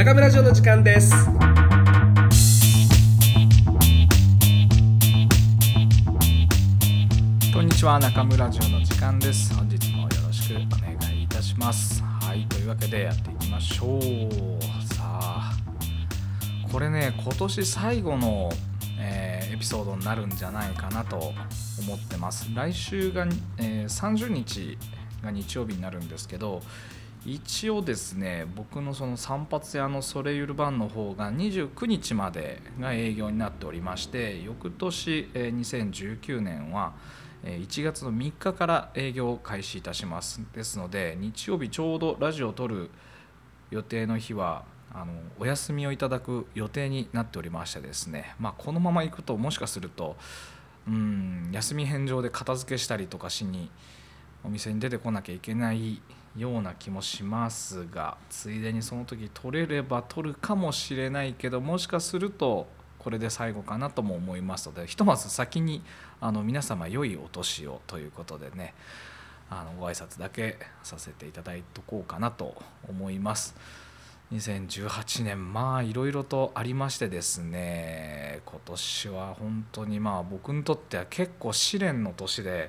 中村城の時間です。 こんにちは、中村城の時間です。本日もよろしくお願いいたします。はい、というわけでやっていきましょう。さあ、これね、今年最後の、エピソードになるんじゃないかなと思ってます。来週が、30日が日曜日になるんですけど、一応ですね、僕のその散髪屋のソレイユルバンの方が29日までが営業になっておりまして、翌年、2019年は1月の3日から営業を開始いたします。ですので、日曜日ちょうどラジオを撮る予定の日はお休みをいただく予定になっておりましてですね、このまま行くともしかすると休み返上で片付けしたりとかしにお店に出てこなきゃいけないような気もしますが、ついでにその時取れれば取るかもしれないけど、もしかするとこれで最後かなとも思いますので、ひとまず先に皆様良いお年をということでね、ご挨拶だけさせていただいとこうかなと思います。2018年いろいろとありましてですね、今年は本当に僕にとっては結構試練の年で、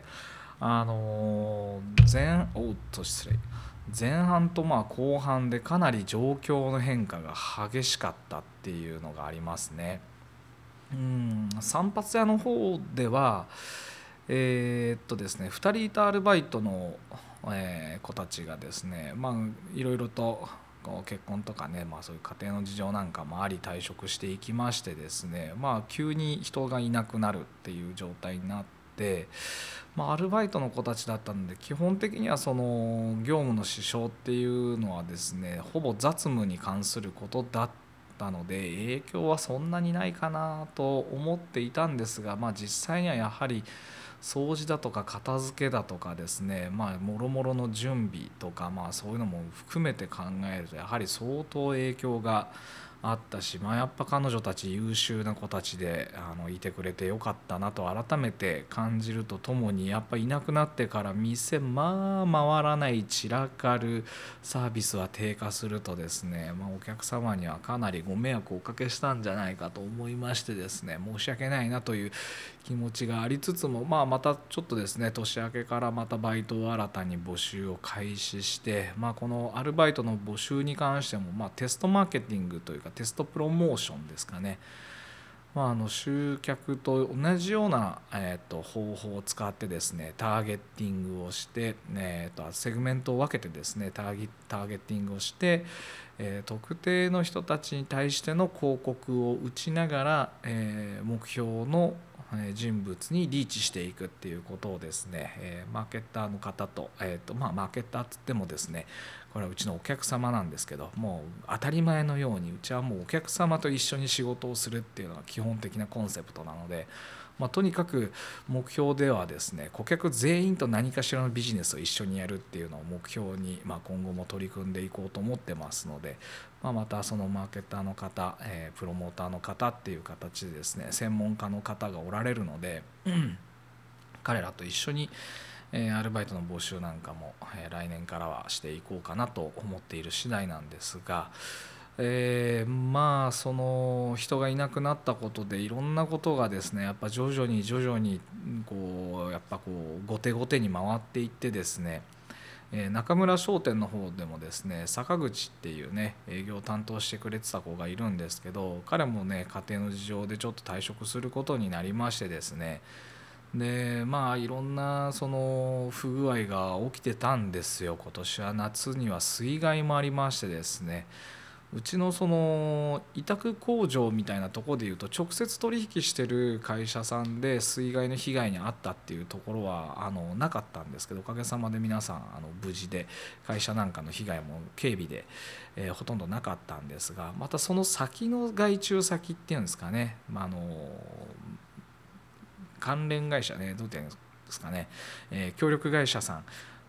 前半と後半でかなり状況の変化が激しかったっていうのがありますね。散髪屋の方ではですね、2人いたアルバイトの、子たちがですね、いろいろと結婚とかね、そういう家庭の事情なんかもあり退職していきましてですね、急に人がいなくなるっていう状態になって、アルバイトの子たちだったので、基本的にはその業務の支障っていうのはですね、ほぼ雑務に関することだったので影響はそんなにないかなと思っていたんですが、実際にはやはり掃除だとか片付けだとかですね、もろもろの準備とか、そういうのも含めて考えるとやはり相当影響があったし、やっぱ彼女たち優秀な子たちでいてくれてよかったなと改めて感じるとともに、やっぱいなくなってから店回らない散らかる、サービスは低下するとですね、お客様にはかなりご迷惑をおかけしたんじゃないかと思いましてですね、申し訳ないなという気持ちがありつつも、またちょっとですね、年明けからまたバイトを新たに募集を開始して、このアルバイトの募集に関しても、テストマーケティングというかテストプロモーションですかね、集客と同じような、方法を使ってですね、ターゲッティングをして、セグメントを分けてですね、ターゲッティングをして、特定の人たちに対しての広告を打ちながら、目標の人物にリーチしていくっていうことをですね、マーケッターの方と、マーケッターって言ってもですね、これはうちのお客様なんですけど、もう当たり前のようにうちはもうお客様と一緒に仕事をするっていうのが基本的なコンセプトなので、とにかく目標ではですね、顧客全員と何かしらのビジネスを一緒にやるっていうのを目標に、今後も取り組んでいこうと思ってますので、またそのマーケターの方、プロモーターの方っていう形でですね、専門家の方がおられるので、彼らと一緒にアルバイトの募集なんかも来年からはしていこうかなと思っている次第なんですが、その人がいなくなったことでいろんなことがですね、やっぱ徐々に後手後手に回っていってですね、中村商店の方でもですね、坂口っていうね営業を担当してくれてた子がいるんですけど、彼もね家庭の事情でちょっと退職することになりましてですね、でいろんなその不具合が起きてたんですよ。今年は夏には水害もありましてですね、うちのその委託工場みたいなところでいうと直接取引してる会社さんで水害の被害に遭ったっていうところはなかったんですけど、おかげさまで皆さん無事で、会社なんかの被害も軽微で、ほとんどなかったんですが、またその先の外注先っていうんですかね、関連会社ね、どうていうんですかね、協力会社さん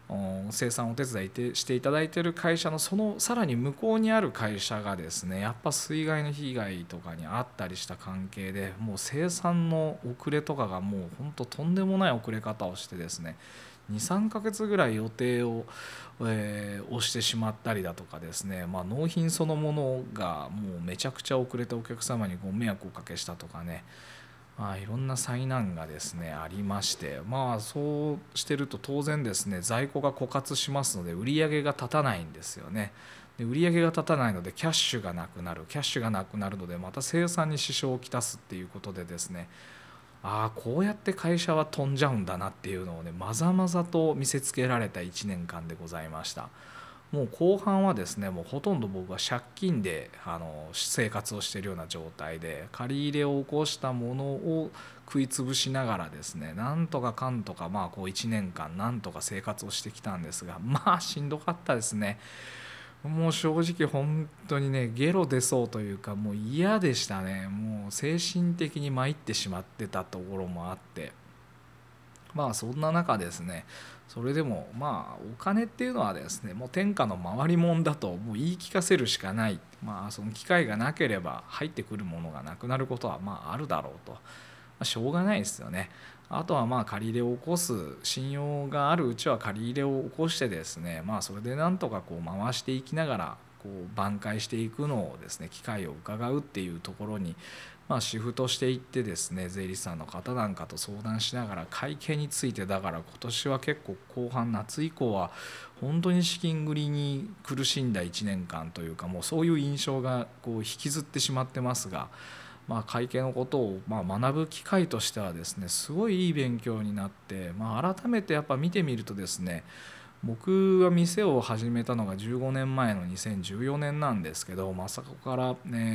生産お手伝いしていただいている会社のそのさらに向こうにある会社がですね、やっぱ水害の被害とかにあったりした関係で、もう生産の遅れとかがもう本当とんでもない遅れ方をしてですね、2、3ヶ月ぐらい予定を、押してしまったりだとかですね、納品そのものがもうめちゃくちゃ遅れてお客様にご迷惑をおかけしたとかね、いろんな災難がですねありまして、そうしてると当然ですね、在庫が枯渇しますので売り上げが立たないんですよね。で売り上げが立たないのでキャッシュがなくなる、キャッシュがなくなるのでまた生産に支障をきたすっていうことでですね、こうやって会社は飛んじゃうんだなっていうのをね、まざまざと見せつけられた1年間でございました。もう後半はですね、もうほとんど僕は借金で生活をしているような状態で、借り入れを起こしたものを食い潰しながらですね、なんとかかんとかこう1年間なんとか生活をしてきたんですが、しんどかったですね。もう正直本当にね、ゲロ出そうというか、もう嫌でしたね。もう精神的に参ってしまってたところもあって、そんな中ですね、それでもお金っていうのはですね、もう天下の回りもんだともう言い聞かせるしかない、その機会がなければ入ってくるものがなくなることはあるだろうと、しょうがないですよね。あとは借り入れを起こす信用があるうちは借り入れを起こしてですね、それでなんとかこう回していきながらこう挽回していくのをですね、機会を伺うっていうところにシフトしていってですね、税理士さんの方なんかと相談しながら会計について、だから今年は結構後半夏以降は本当に資金繰りに苦しんだ1年間というか、もうそういう印象がこう引きずってしまってますが、会計のことを学ぶ機会としてはですね、すごいいい勉強になって、改めてやっぱ見てみるとですね、僕は店を始めたのが15年前の2014年なんですけど、そこから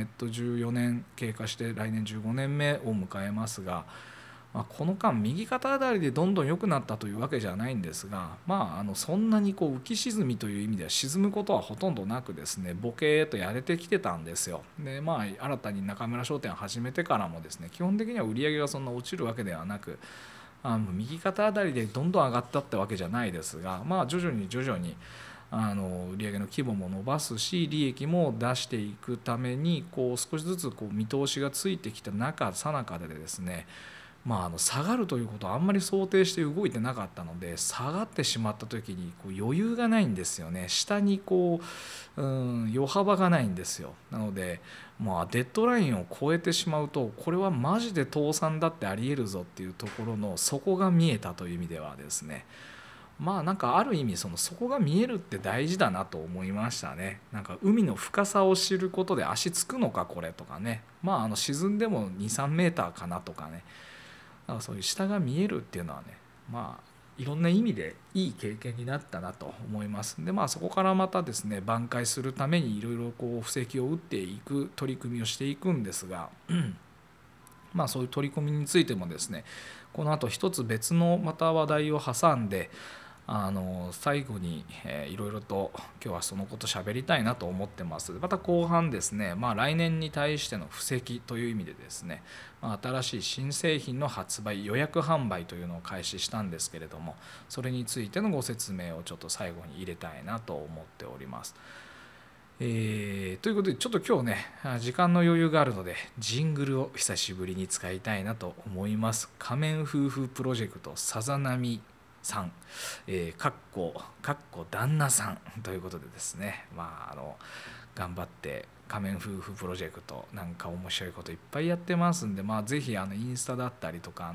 、14年経過して来年15年目を迎えますが、この間右肩上がりでどんどん良くなったというわけじゃないんですが、そんなにこう浮き沈みという意味では沈むことはほとんどなくですね、ボケーとやれてきてたんですよ。で新たに中村商店を始めてからもですね、基本的には売り上げがそんな落ちるわけではなく、右肩上がりでどんどん上がったってわけじゃないですが、徐々に売上の規模も伸ばすし、利益も出していくためにこう少しずつこう見通しがついてきた最中でですね、下がるということはあんまり想定して動いてなかったので、下がってしまった時にこう余裕がないんですよね。下にこう、余幅がないんですよ。なのでデッドラインを超えてしまうと、これはマジで倒産だってありえるぞっていうところの底が見えたという意味ではですね、なんかある意味その底が見えるって大事だなと思いましたね。なんか海の深さを知ることで足つくのかこれとかね、沈んでも2、3メーターかなとかね、なんかそういう下が見えるっていうのはね、いろんな意味でいい経験になったなと思います。でそこからまたですね、挽回するためにいろいろこう布石を打っていく取り組みをしていくんですが、そういう取り組みについてもですね、この後一つ別のまた話題を挟んで最後にいろいろと今日はそのこと喋りたいなと思ってます。また後半ですね、来年に対しての布石という意味でですね、新しい新製品の発売予約販売というのを開始したんですけれども、それについてのご説明をちょっと最後に入れたいなと思っております。ということでちょっと今日ね時間の余裕があるのでジングルを久しぶりに使いたいなと思います。仮面夫婦プロジェクトさざ波さん、かっこ旦那さんということでですね、頑張って仮面夫婦プロジェクトなんか面白いこといっぱいやってますんで、ぜひインスタだったりとか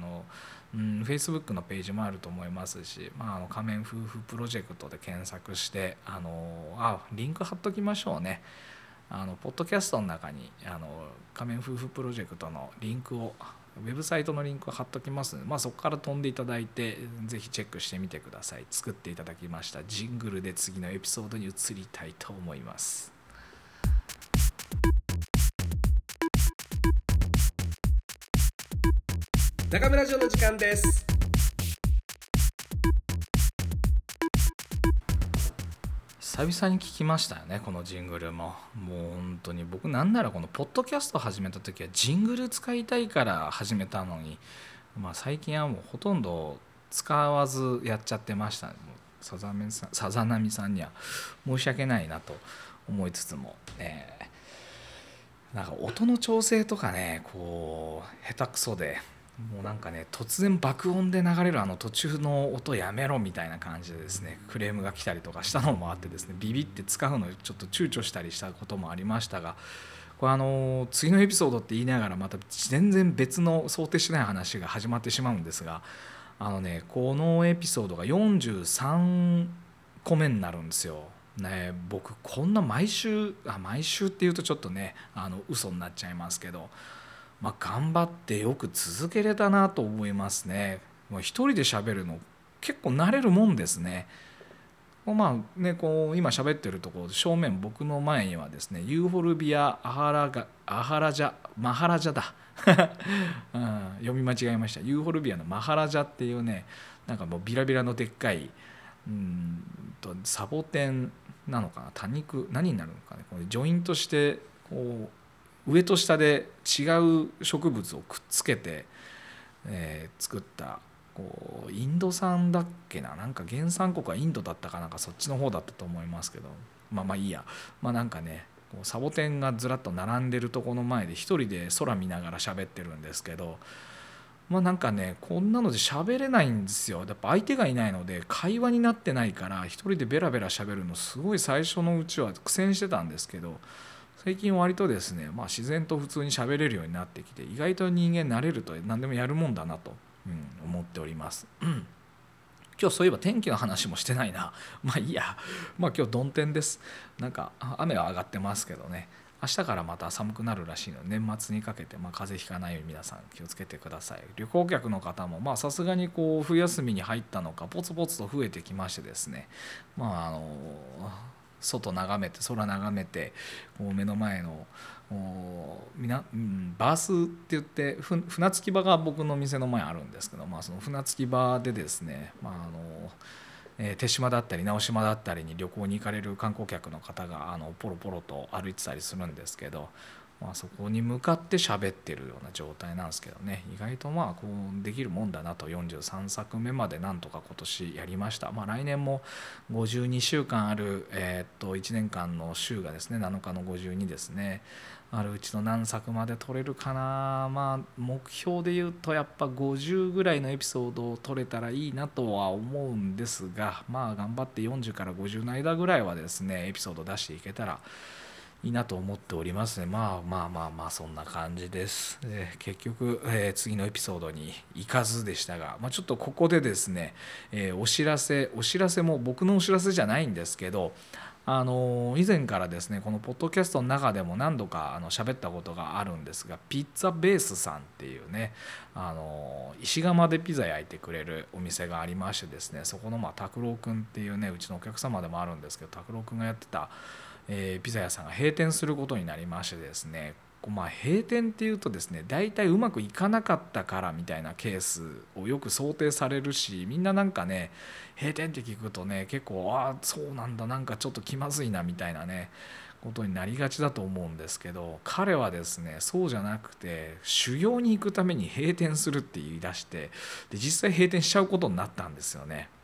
Facebook のページもあると思いますし、仮面夫婦プロジェクトで検索してリンク貼っときましょうね。ポッドキャストの中に仮面夫婦プロジェクトのリンクをウェブサイトのリンクを貼っときますので、そこから飛んでいただいてぜひチェックしてみてください。作っていただきましたジングルで次のエピソードに移りたいと思います。 中村城の時間です。 久々に聞きましたよね、このジングルも。もう本当に僕なんならこのポッドキャスト始めた時はジングル使いたいから始めたのに、最近はもうほとんど使わずやっちゃってました。もうさざなみさんには申し訳ないなと思いつつも、なんか音の調整とかねこう下手くそで、もうなんかね突然爆音で流れる途中の音やめろみたいな感じでですねクレームが来たりとかしたのもあってですね、ビビって使うのちょっと躊躇したりしたこともありましたが、これ次のエピソードって言いながらまた全然別の想定しない話が始まってしまうんですが、このエピソードが43個目になるんですよ。僕こんな毎週っていうとちょっとね嘘になっちゃいますけど、頑張ってよく続けれたなと思いますね。もう一人で喋るの結構慣れるもんですね。こう今喋ってるところ正面僕の前にはですねユーフォルビアマハラジャだ、読み間違えました。ユーフォルビアのマハラジャっていうね、なんかもうビラビラのでっかいサボテンなのかな、多肉何になるのかね、これジョイントしてこう上と下で違う植物をくっつけて、作ったこうインド産だっけな、なんか原産国はインドだったかなんかそっちの方だったと思いますけど、いいや、なんかねこうサボテンがずらっと並んでるところの前で一人で空見ながら喋ってるんですけど、なんかねこんなので喋れないんですよ。やっぱ相手がいないので会話になってないから一人でベラベラ喋るのすごい最初のうちは苦戦してたんですけど、最近割とですね、自然と普通に喋れるようになってきて、意外と人間慣れると何でもやるもんだなと、思っております。今日そういえば天気の話もしてないな。いいや、今日曇天です。なんか雨は上がってますけどね、明日からまた寒くなるらしいので年末にかけて風邪ひかないように皆さん気をつけてください。旅行客の方もさすがにこう冬休みに入ったのかポツポツと増えてきましてですね、外眺めて空眺めてこう目の前のバースって言って船着き場が僕の店の前あるんですけど、その船着き場でですね、手島だったり直島だったりに旅行に行かれる観光客の方がポロポロと歩いてたりするんですけど、そこに向かって喋ってるような状態なんですけどね、意外とこうできるもんだなと。43作目までなんとか今年やりました。来年も52週間ある、1年間の週がですね7日の52ですねあるうちの何作まで取れるかな。目標で言うとやっぱ50ぐらいのエピソードを取れたらいいなとは思うんですが、頑張って40から50の間ぐらいはですねエピソード出していけたらいいなと思っておりますね。そんな感じです。結局、次のエピソードに行かずでしたが、ちょっとここでですね、お知らせも僕のお知らせじゃないんですけど、以前からですねこのポッドキャストの中でも何度か喋ったことがあるんですが、ピッツァベースさんっていうね石窯でピザ焼いてくれるお店がありましてですね、そこの拓郎くんっていうねうちのお客様でもあるんですけど、拓郎くんがやってたピザ屋さんが閉店することになりましてですね、閉店っていうとですね大体うまくいかなかったからみたいなケースをよく想定されるし、みんななんかね閉店って聞くとね結構そうなんだ、なんかちょっと気まずいなみたいなねことになりがちだと思うんですけど、彼はですねそうじゃなくて修行に行くために閉店するって言い出して、で実際閉店しちゃうことになったんですよね。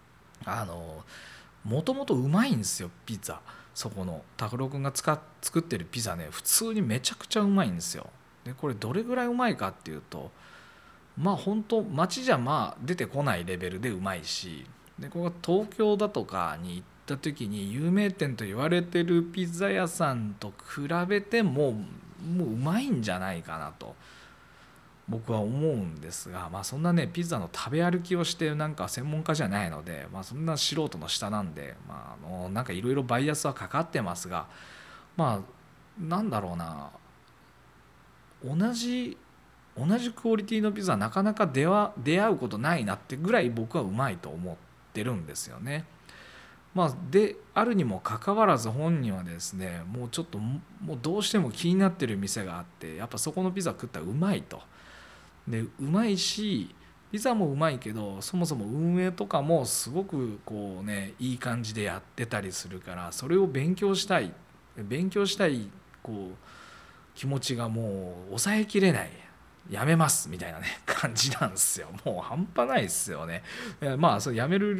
もともとうまいんですよピザ。そこの拓郎くんが作ってるピザね普通にめちゃくちゃうまいんですよ。でこれどれぐらいうまいかっていうと本当街じゃ出てこないレベルでうまいし、でここが東京だとかに行った時に有名店と言われてるピザ屋さんと比べてもううまいんじゃないかなと僕は思うんですが、そんなねピザの食べ歩きをしてなんか専門家じゃないので、そんな素人の下なんで、なんかいろいろバイアスはかかってますが、なんだろうな、同じクオリティのピザなかなか出会うことないなってぐらい僕はうまいと思ってるんですよね。であるにもかかわらず本人はですねもうちょっともうどうしても気になってる店があって、やっぱそこのピザ食ったらうまいと。でうまいしピザもうまいけどそもそも運営とかもすごくこうねいい感じでやってたりするから、それを勉強したいこう気持ちがもう抑えきれない、やめますみたいなね感じなんですよ。もう半端ないですよね。それやめる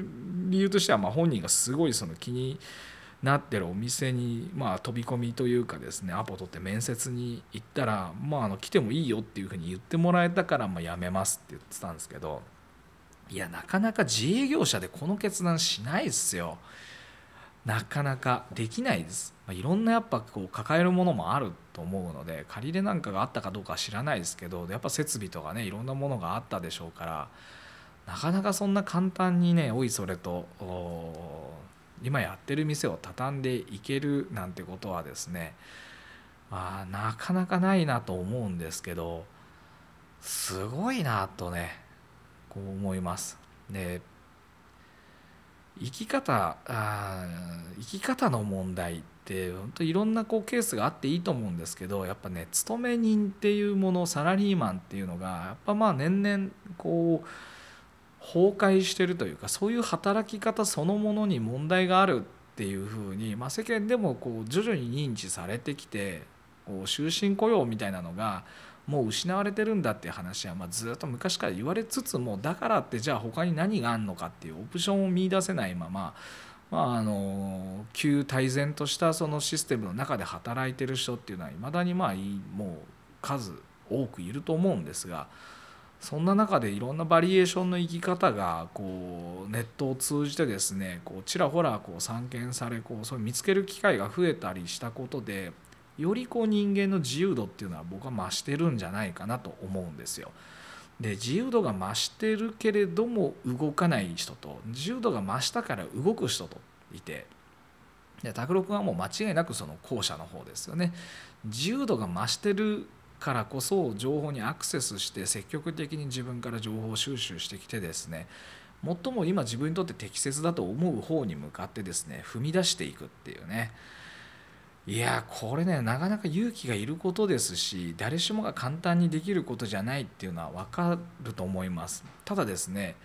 理由としては本人がすごいその気になってるお店に飛び込みというかですね、アポ取って面接に行ったら、来てもいいよっていうふうに言ってもらえたから辞めますって言ってたんですけど、いやなかなか自営業者でこの決断しないですよ。なかなかできないです。いろんなやっぱこう抱えるものもあると思うので、借り入れなんかがあったかどうかは知らないですけど、やっぱ設備とかねいろんなものがあったでしょうから、なかなかそんな簡単にねおいそれと今やってる店を畳んでいけるなんてことはですね、なかなかないなと思うんですけど、すごいなとねこう思います。で生き方の問題って本当いろんなこうケースがあっていいと思うんですけど、やっぱね勤め人っていうもの、サラリーマンっていうのがやっぱ年々こう崩壊してるというか、そういう働き方そのものに問題があるっていうふうに、世間でもこう徐々に認知されてきて、こう終身雇用みたいなのがもう失われてるんだっていう話はずっと昔から言われつつも、だからってじゃあ他に何があるのかっていうオプションを見出せないまま、旧泰然としたそのシステムの中で働いてる人っていうのはいまだにもう数多くいると思うんですが、そんな中でいろんなバリエーションの生き方がこうネットを通じてですねこうちらほらこう散見され、こうそれ見つける機会が増えたりしたことで、よりこう人間の自由度っていうのは僕は増してるんじゃないかなと思うんですよ。で自由度が増してるけれども動かない人と、自由度が増したから動く人といて、で拓郎君はもう間違いなくその後者の方ですよね。自由度が増してるからこそ情報にアクセスして積極的に自分から情報収集してきてですね、最も今自分にとって適切だと思う方に向かってですね踏み出していくっていうね、いやこれねなかなか勇気がいることですし、誰しもが簡単にできることじゃないっていうのは分かると思います。ただですね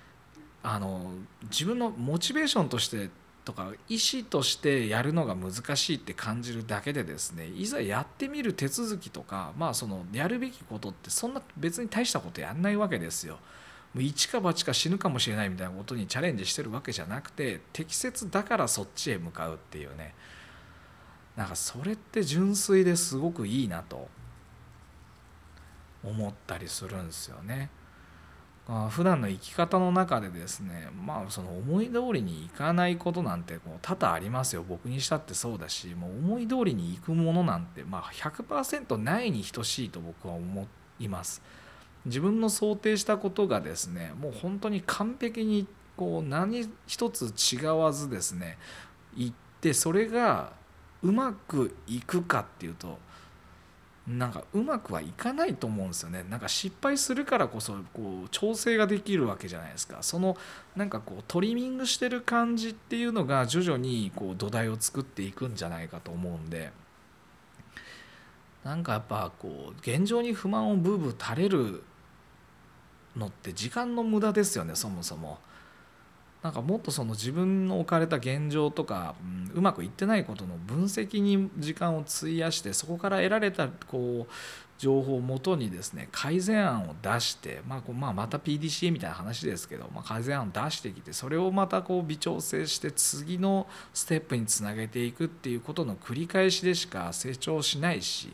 自分のモチベーションとしてとか意思としてやるのが難しいって感じるだけでですね、いざやってみる手続きとか、そのやるべきことってそんな別に大したことやんないわけですよ。もう一か八か死ぬかもしれないみたいなことにチャレンジしてるわけじゃなくて、適切だからそっちへ向かうっていうね、なんかそれって純粋ですごくいいなと思ったりするんですよね。普段の生き方の中でですね、その思い通りにいかないことなんて多々ありますよ。僕にしたってそうだし、もう思い通りにいくものなんて100% ないに等しいと僕は思います。自分の想定したことがですねもう本当に完璧に何一つ違わずですねいって、それがうまくいくかっていうとなんかうまくはいかないと思うんですよね。なんか失敗するからこそ調整ができるわけじゃないですか。そのトリミングしてる感じっていうのが徐々に土台を作っていくんじゃないかと思うんで、なんかやっぱ現状に不満をブーブー垂れるのって時間の無駄ですよね。そもそもなんかもっとその自分の置かれた現状とか、うまくいってないことの分析に時間を費やして、そこから得られた情報をもとにですね改善案を出して、また PDCA みたいな話ですけど、改善案を出してきて、それをまた微調整して次のステップにつなげていくっていうことの繰り返しでしか成長しないし、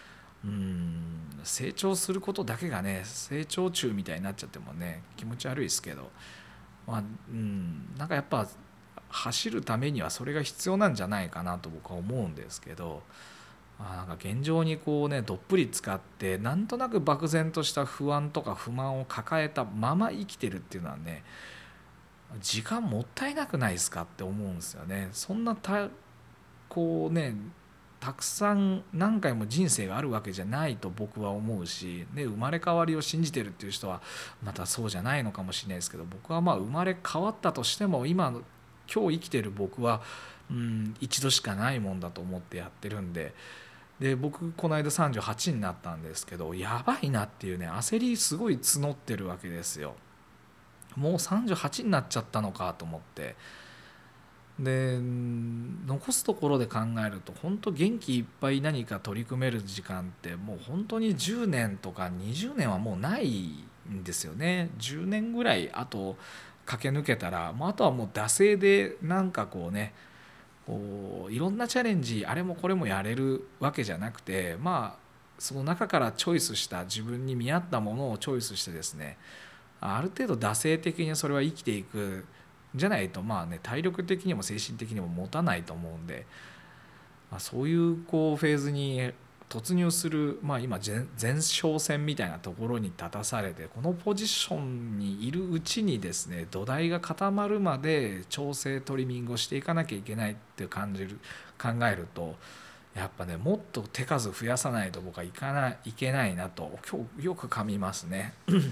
成長することだけがね成長中みたいになっちゃってもね気持ち悪いですけど、なんかやっぱ走るためにはそれが必要なんじゃないかなと僕は思うんですけど、なんか現状にどっぷり使ってなんとなく漠然とした不安とか不満を抱えたまま生きてるっていうのはね、時間もったいなくないですかって思うんですよね。そんなたくさん何回も人生があるわけじゃないと僕は思うし、生まれ変わりを信じてるっていう人はまたそうじゃないのかもしれないですけど、僕は生まれ変わったとしても今日生きてる僕は一度しかないもんだと思ってやってるんで、僕この間38になったんですけど、やばいなっていうね焦りすごい募ってるわけですよ。もう38になっちゃったのかと思って、で残すところで考えると本当元気いっぱい何か取り組める時間ってもう本当に10年とか20年はもうないんですよね。10年ぐらいあと駆け抜けたら、あとはもう惰性でなんかこうね、こういろんなチャレンジあれもこれもやれるわけじゃなくて、その中からチョイスした自分に見合ったものをチョイスしてですね、ある程度惰性的にそれは生きていくじゃないと体力的にも精神的にも持たないと思うんで、そういうこうフェーズに突入する、今前哨戦みたいなところに立たされて、このポジションにいるうちにですね、土台が固まるまで調整トリミングをしていかなきゃいけないって考えると、やっぱね、もっと手数増やさないと僕はいけないなと今日よく噛みますね。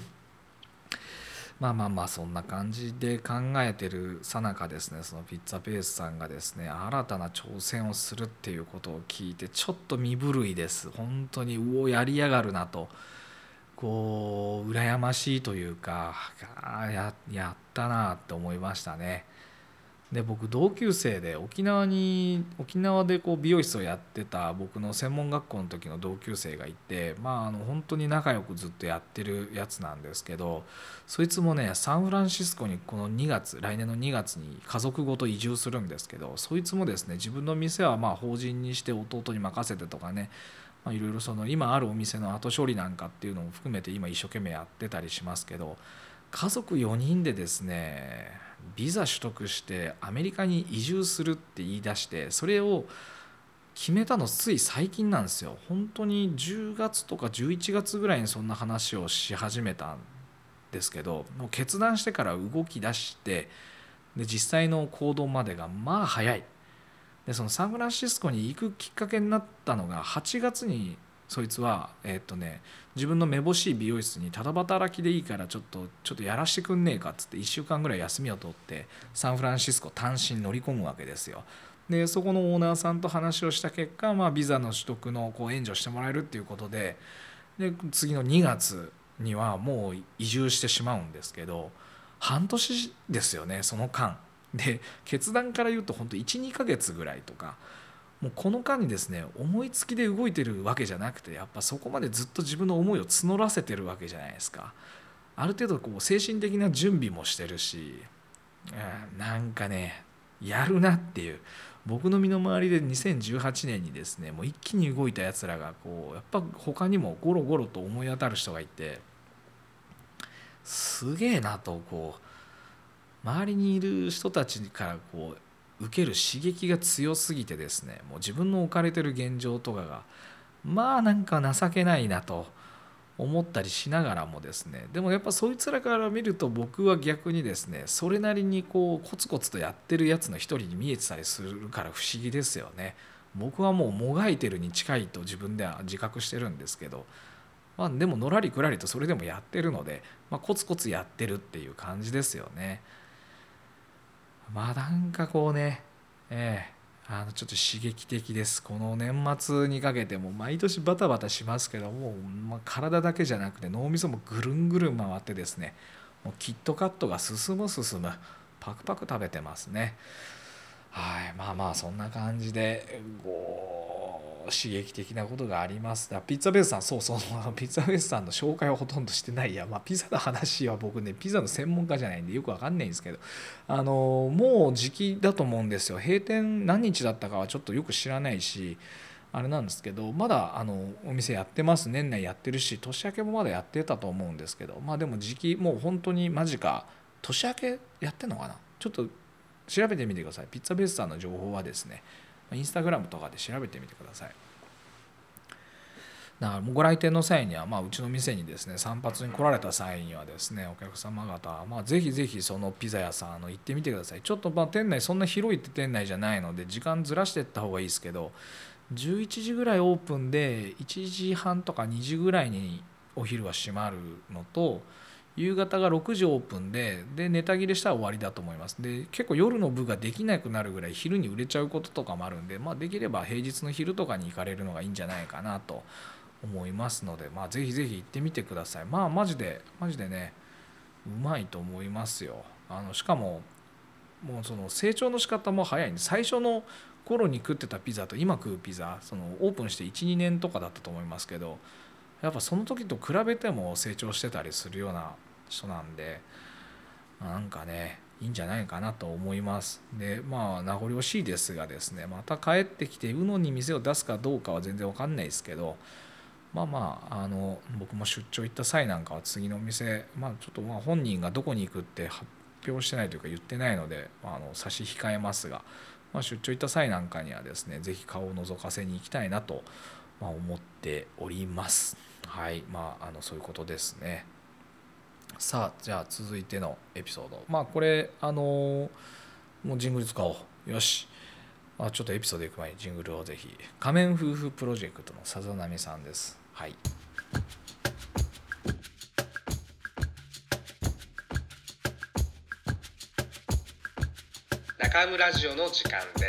そんな感じで考えてる最中ですね、そのピッツァベースさんがですね新たな挑戦をするっていうことを聞いてちょっと身震いです。本当にやりやがるなと、こう羨ましいというか、やったなって思いましたね。で僕同級生で沖縄でこう美容室をやってた僕の専門学校の時の同級生がいて、本当に仲良くずっとやってるやつなんですけど、そいつもねサンフランシスコにこの来年の2月に家族ごと移住するんですけど、そいつもですね自分の店は法人にして弟に任せてとかね、いろいろその今あるお店の後処理なんかっていうのも含めて今一生懸命やってたりしますけど、家族4人でですねビザ取得してアメリカに移住するって言い出して、それを決めたのつい最近なんですよ。本当に10月とか11月ぐらいにそんな話をし始めたんですけど、もう決断してから動き出して、で実際の行動までが早い。でそのサンフランシスコに行くきっかけになったのが8月にそいつは自分のめぼしい美容室にただ働きでいいからちょっとやらしてくんねえかっつって1週間ぐらい休みを取ってサンフランシスコ単身乗り込むわけですよ。でそこのオーナーさんと話をした結果、ビザの取得のこう援助してもらえるっていうことで、次の2月にはもう移住してしまうんですけど、半年ですよねその間で。決断から言うと本当 1,2 ヶ月ぐらいとか、もうこの間にですね思いつきで動いてるわけじゃなくて、やっぱそこまでずっと自分の思いを募らせてるわけじゃないですか。ある程度こう精神的な準備もしてるし、なんかねやるなっていう。僕の身の回りで2018年にですねもう一気に動いたやつらがこうやっぱ他にもゴロゴロと思い当たる人がいて、すげえなと、こう周りにいる人たちからこう受ける刺激が強すぎてですね、もう自分の置かれてる現状とかがなんか情けないなと思ったりしながらもですね、でもやっぱそいつらから見ると僕は逆にですねそれなりにこうコツコツとやってるやつの一人に見えてたりするから不思議ですよね。僕はもうもがいてるに近いと自分では自覚してるんですけど、でものらりくらりとそれでもやってるので、コツコツやってるっていう感じですよね。なんかこうね、ちょっと刺激的です。この年末にかけても毎年バタバタしますけども、体だけじゃなくて脳みそもぐるんぐるん回ってですね、もうキットカットが進むパクパク食べてますね。はい、そんな感じで刺激的なことがあります。ピッツァベースさん、そうピッツァベースさんの紹介はほとんどしてないや、ピザの話は僕ねピザの専門家じゃないんでよくわかんないんですけど、もう時期だと思うんですよ。閉店何日だったかはちょっとよく知らないしあれなんですけど、まだお店やってます。年内やってるし年明けもまだやってたと思うんですけど、でも時期もう本当に間近、年明けやってんのかな、ちょっと調べてみてください。ピッツァベースさんの情報はですねインスタグラムとかで調べてみてください。だからもうご来店の際には、うちの店にですね散髪に来られた際にはですねお客様方、ぜひぜひそのピザ屋さん行ってみてください。ちょっと店内そんな広い店内じゃないので時間ずらしていった方がいいですけど、11時ぐらいオープンで1時半とか2時ぐらいにお昼は閉まるのと、夕方が6時オープンでネタ切れしたら終わりだと思います。で結構夜の部ができなくなるぐらい昼に売れちゃうこととかもあるんで、できれば平日の昼とかに行かれるのがいいんじゃないかなと思いますので、ぜひぜひ行ってみてください。マジでねうまいと思いますよ。しかももうその成長の仕方も早いんで、最初の頃に食ってたピザと今食うピザ、そのオープンして 1,2 年とかだったと思いますけど、やっぱその時と比べても成長してたりするような人なんで、 なんかねいいんじゃないかなと思います。で名残惜しいですがですね、また帰ってきて宇野に店を出すかどうかは全然わかんないですけど、僕も出張行った際なんかは次のお店、ちょっと本人がどこに行くって発表してないというか言ってないので、差し控えますが、出張行った際なんかにはですねぜひ顔を覗かせに行きたいなと、思っております。はい、そういうことですね。さあじゃあ続いてのエピソード、これもうジングル使おう。よし、ちょっとエピソード行く前にジングルをぜひ。仮面夫婦プロジェクトのさざなみさんです。はい。 中村ラジオの時間です。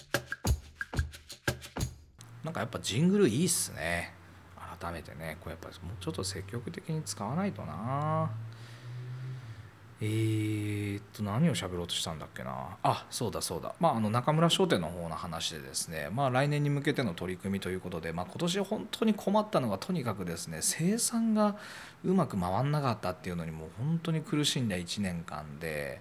なんかやっぱジングルいいっすね。改めてね、これやっぱりもうちょっと積極的に使わないとな。何を喋ろうとしたんだっけな。そうだ、中村商店の方の話でですね、来年に向けての取り組みということで、今年本当に困ったのがとにかくですね、生産がうまく回んなかったっていうのにもう本当に苦しんだ1年間で、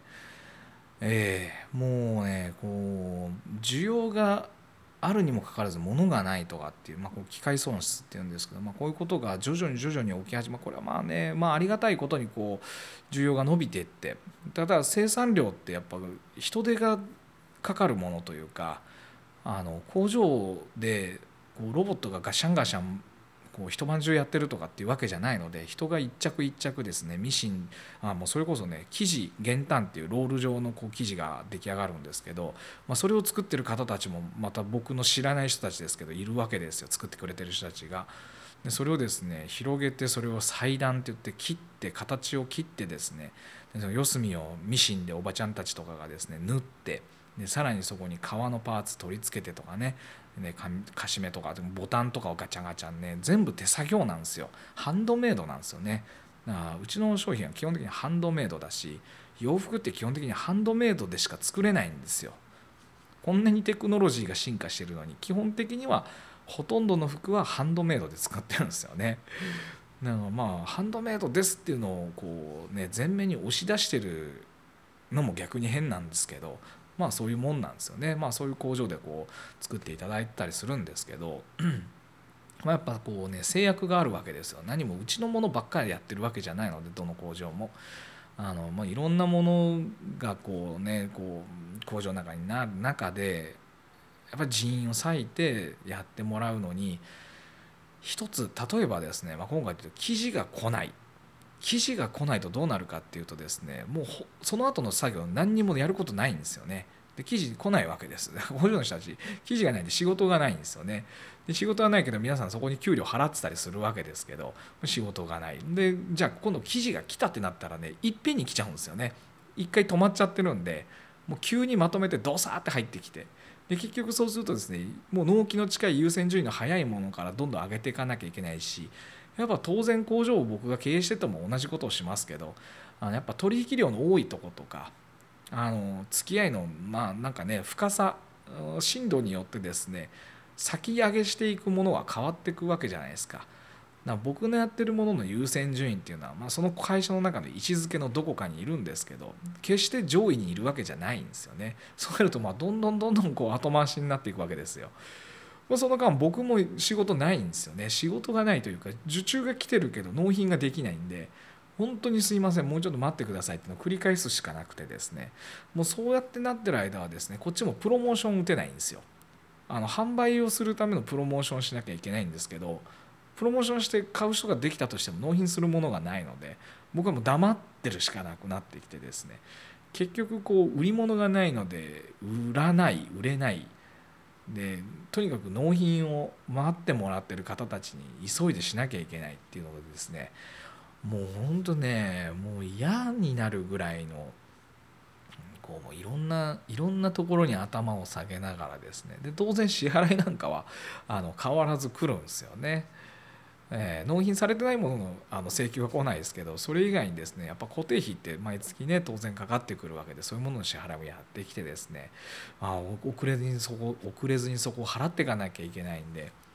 もうねこう需要があるにもかかわらず物がないとかっていう、こう機械損失っていうんですけど、こういうことが徐々に起き始め、これはありがたいことにこう需要が伸びていって、ただ生産量ってやっぱ人手がかかるものというか、工場でこうロボットがガシャンガシャンこう一晩中やってるとかっていうわけじゃないので、人が一着一着ですね、ミシンもうそれこそね生地原炭っていうロール状のこう生地が出来上がるんですけど、それを作ってる方たちもまた僕の知らない人たちですけどいるわけですよ。作ってくれてる人たちが。でそれをですね広げて、それを裁断って言って切って形を切ってですね、でその四隅をミシンでおばちゃんたちとかがですね縫って、でさらにそこに革のパーツ取り付けてとかね、カシメとかボタンとかをガチャガチャね全部手作業なんですよ。ハンドメイドなんですよね。だからうちの商品は基本的にハンドメイドだし、洋服って基本的にハンドメイドでしか作れないんですよ。こんなにテクノロジーが進化しているのに基本的にはほとんどの服はハンドメイドで作ってるんですよね。だからハンドメイドですっていうのをこうね前面に押し出してるのも逆に変なんですけど、そういうもんなんですよね。そういう工場でこう作っていただいたりするんですけどやっぱこうね制約があるわけですよ。何もうちのものばっかりやってるわけじゃないので、どの工場もいろんなものがこうねこう工場の中になる中で、やっぱり人員を割いてやってもらうのに、一つ例えばですね、今回生地が来ないとどうなるかっていうとですね、もうその後の作業何にもやることないんですよね。で生地来ないわけです。工場の人たち生地がないんで仕事がないんですよね。で仕事はないけど皆さんそこに給料払ってたりするわけですけど、仕事がないで、じゃあ今度生地が来たってなったらねいっぺんに来ちゃうんですよね。一回止まっちゃってるんで、もう急にまとめてドサーって入ってきて、で結局そうするとですね、もう納期の近い優先順位の早いものからどんどん上げていかなきゃいけないし、やっぱ当然工場を僕が経営してても同じことをしますけど、やっぱ取引量の多いとことか、付き合いのなんかね深さ、深度によってですね先上げしていくものは変わっていくわけじゃないですか。だから僕のやってるものの優先順位っていうのは、その会社の中の位置づけのどこかにいるんですけど、決して上位にいるわけじゃないんですよね。そうなるとどんどんこう後回しになっていくわけですよ。その間僕も仕事ないんですよね。仕事がないというか受注が来てるけど納品ができないんで、本当にすいませんもうちょっと待ってくださいっていうのを繰り返すしかなくてですね、もうそうやってなってる間はですねこっちもプロモーション打てないんですよ。販売をするためのプロモーションしなきゃいけないんですけど、プロモーションして買う人ができたとしても納品するものがないので、僕はもう黙ってるしかなくなってきてですね、結局こう売り物がないので売れないで、とにかく納品を待ってもらってる方たちに急いでしなきゃいけないっていうのがですね、もう本当ねもう嫌になるぐらいのこういろんなところに頭を下げながらですね、で当然支払いなんかは変わらず来るんですよね。納品されてないものの、請求が来ないですけど、それ以外にですねやっぱ固定費って毎月ね当然かかってくるわけで、そういうものの支払いもやってきてですね、遅れずにそこを払っていかなきゃいけないんで、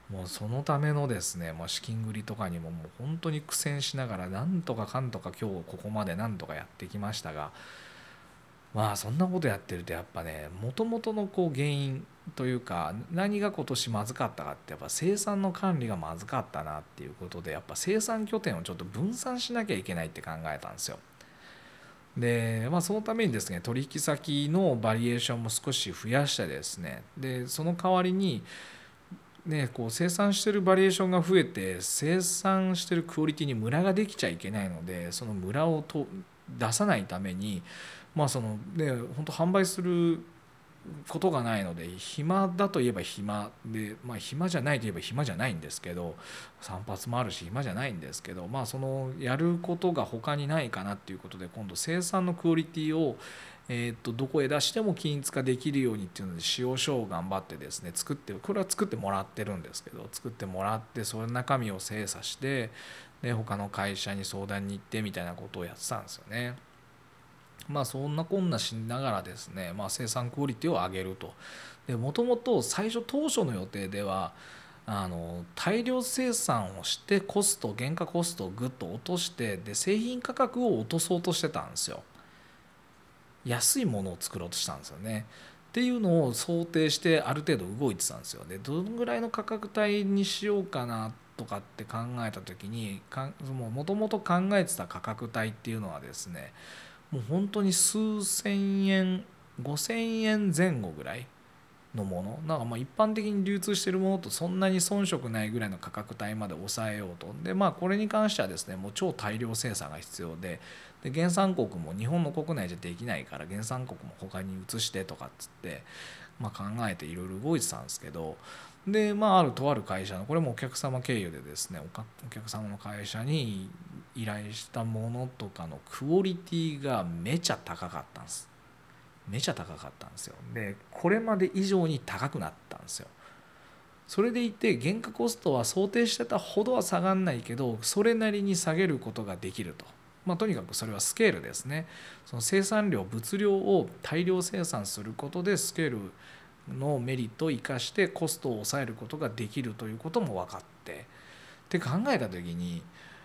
もうそのためのですね、資金繰りとかにももう本当に苦戦しながらなんとかかんとか今日ここまでなんとかやってきましたが、そんなことやってるとやっぱね、もともとの原因というか、何が今年まずかったかって、やっぱ生産の管理がまずかったなっていうことで、やっぱ生産拠点をちょっと分散しなきゃいけないって考えたんですよ。で、そのためにですね、取引先のバリエーションも少し増やしてですね、でその代わりに生産してるバリエーションが増えて、生産してるクオリティにムラができちゃいけないので、そのムラを出さないために、本当販売することがないので、暇だといえば暇で、暇じゃないといえば暇じゃないんですけど、散髪もあるし暇じゃないんですけど、そのやることが他にないかなっていうことで、今度生産のクオリティをどこへ出しても均一化できるようにっていうので、使用書を頑張ってですねこれは作ってもらってるんですけど、作ってもらって、その中身を精査して、で他の会社に相談に行ってみたいなことをやってたんですよね。そんなこんなしながらですね、生産クオリティを上げると。でもともと最初当初の予定では大量生産をして原価コストをぐっと落として、で製品価格を落とそうとしてたんですよ。安いものを作ろうとしたんですよね。っていうのを想定してある程度動いてたんですよ。でどのぐらいの価格帯にしようかなとかって考えた時に、もともと考えてた価格帯っていうのはですね、もう本当に数千円5000円前後ぐらいのもの、一般的に流通しているものとそんなに遜色ないぐらいの価格帯まで抑えようと。でこれに関してはですね、もう超大量生産が必要で、原産国も日本の国内じゃできないから原産国も他に移してとかっつって、考えていろいろ動いてたんですけど、であるとある会社の、これもお客様経由でですね、お客様の会社に依頼したものとかのクオリティがめちゃ高かったんです。めちゃ高かったんですよ。でこれまで以上に高くなったんですよ。それでいて原価コストは想定してたほどは下がらないけど、それなりに下げることができると。とにかくそれはスケールですね。その生産量物量を大量生産することでスケールのメリットを生かしてコストを抑えることができるということも分かって考えた時に、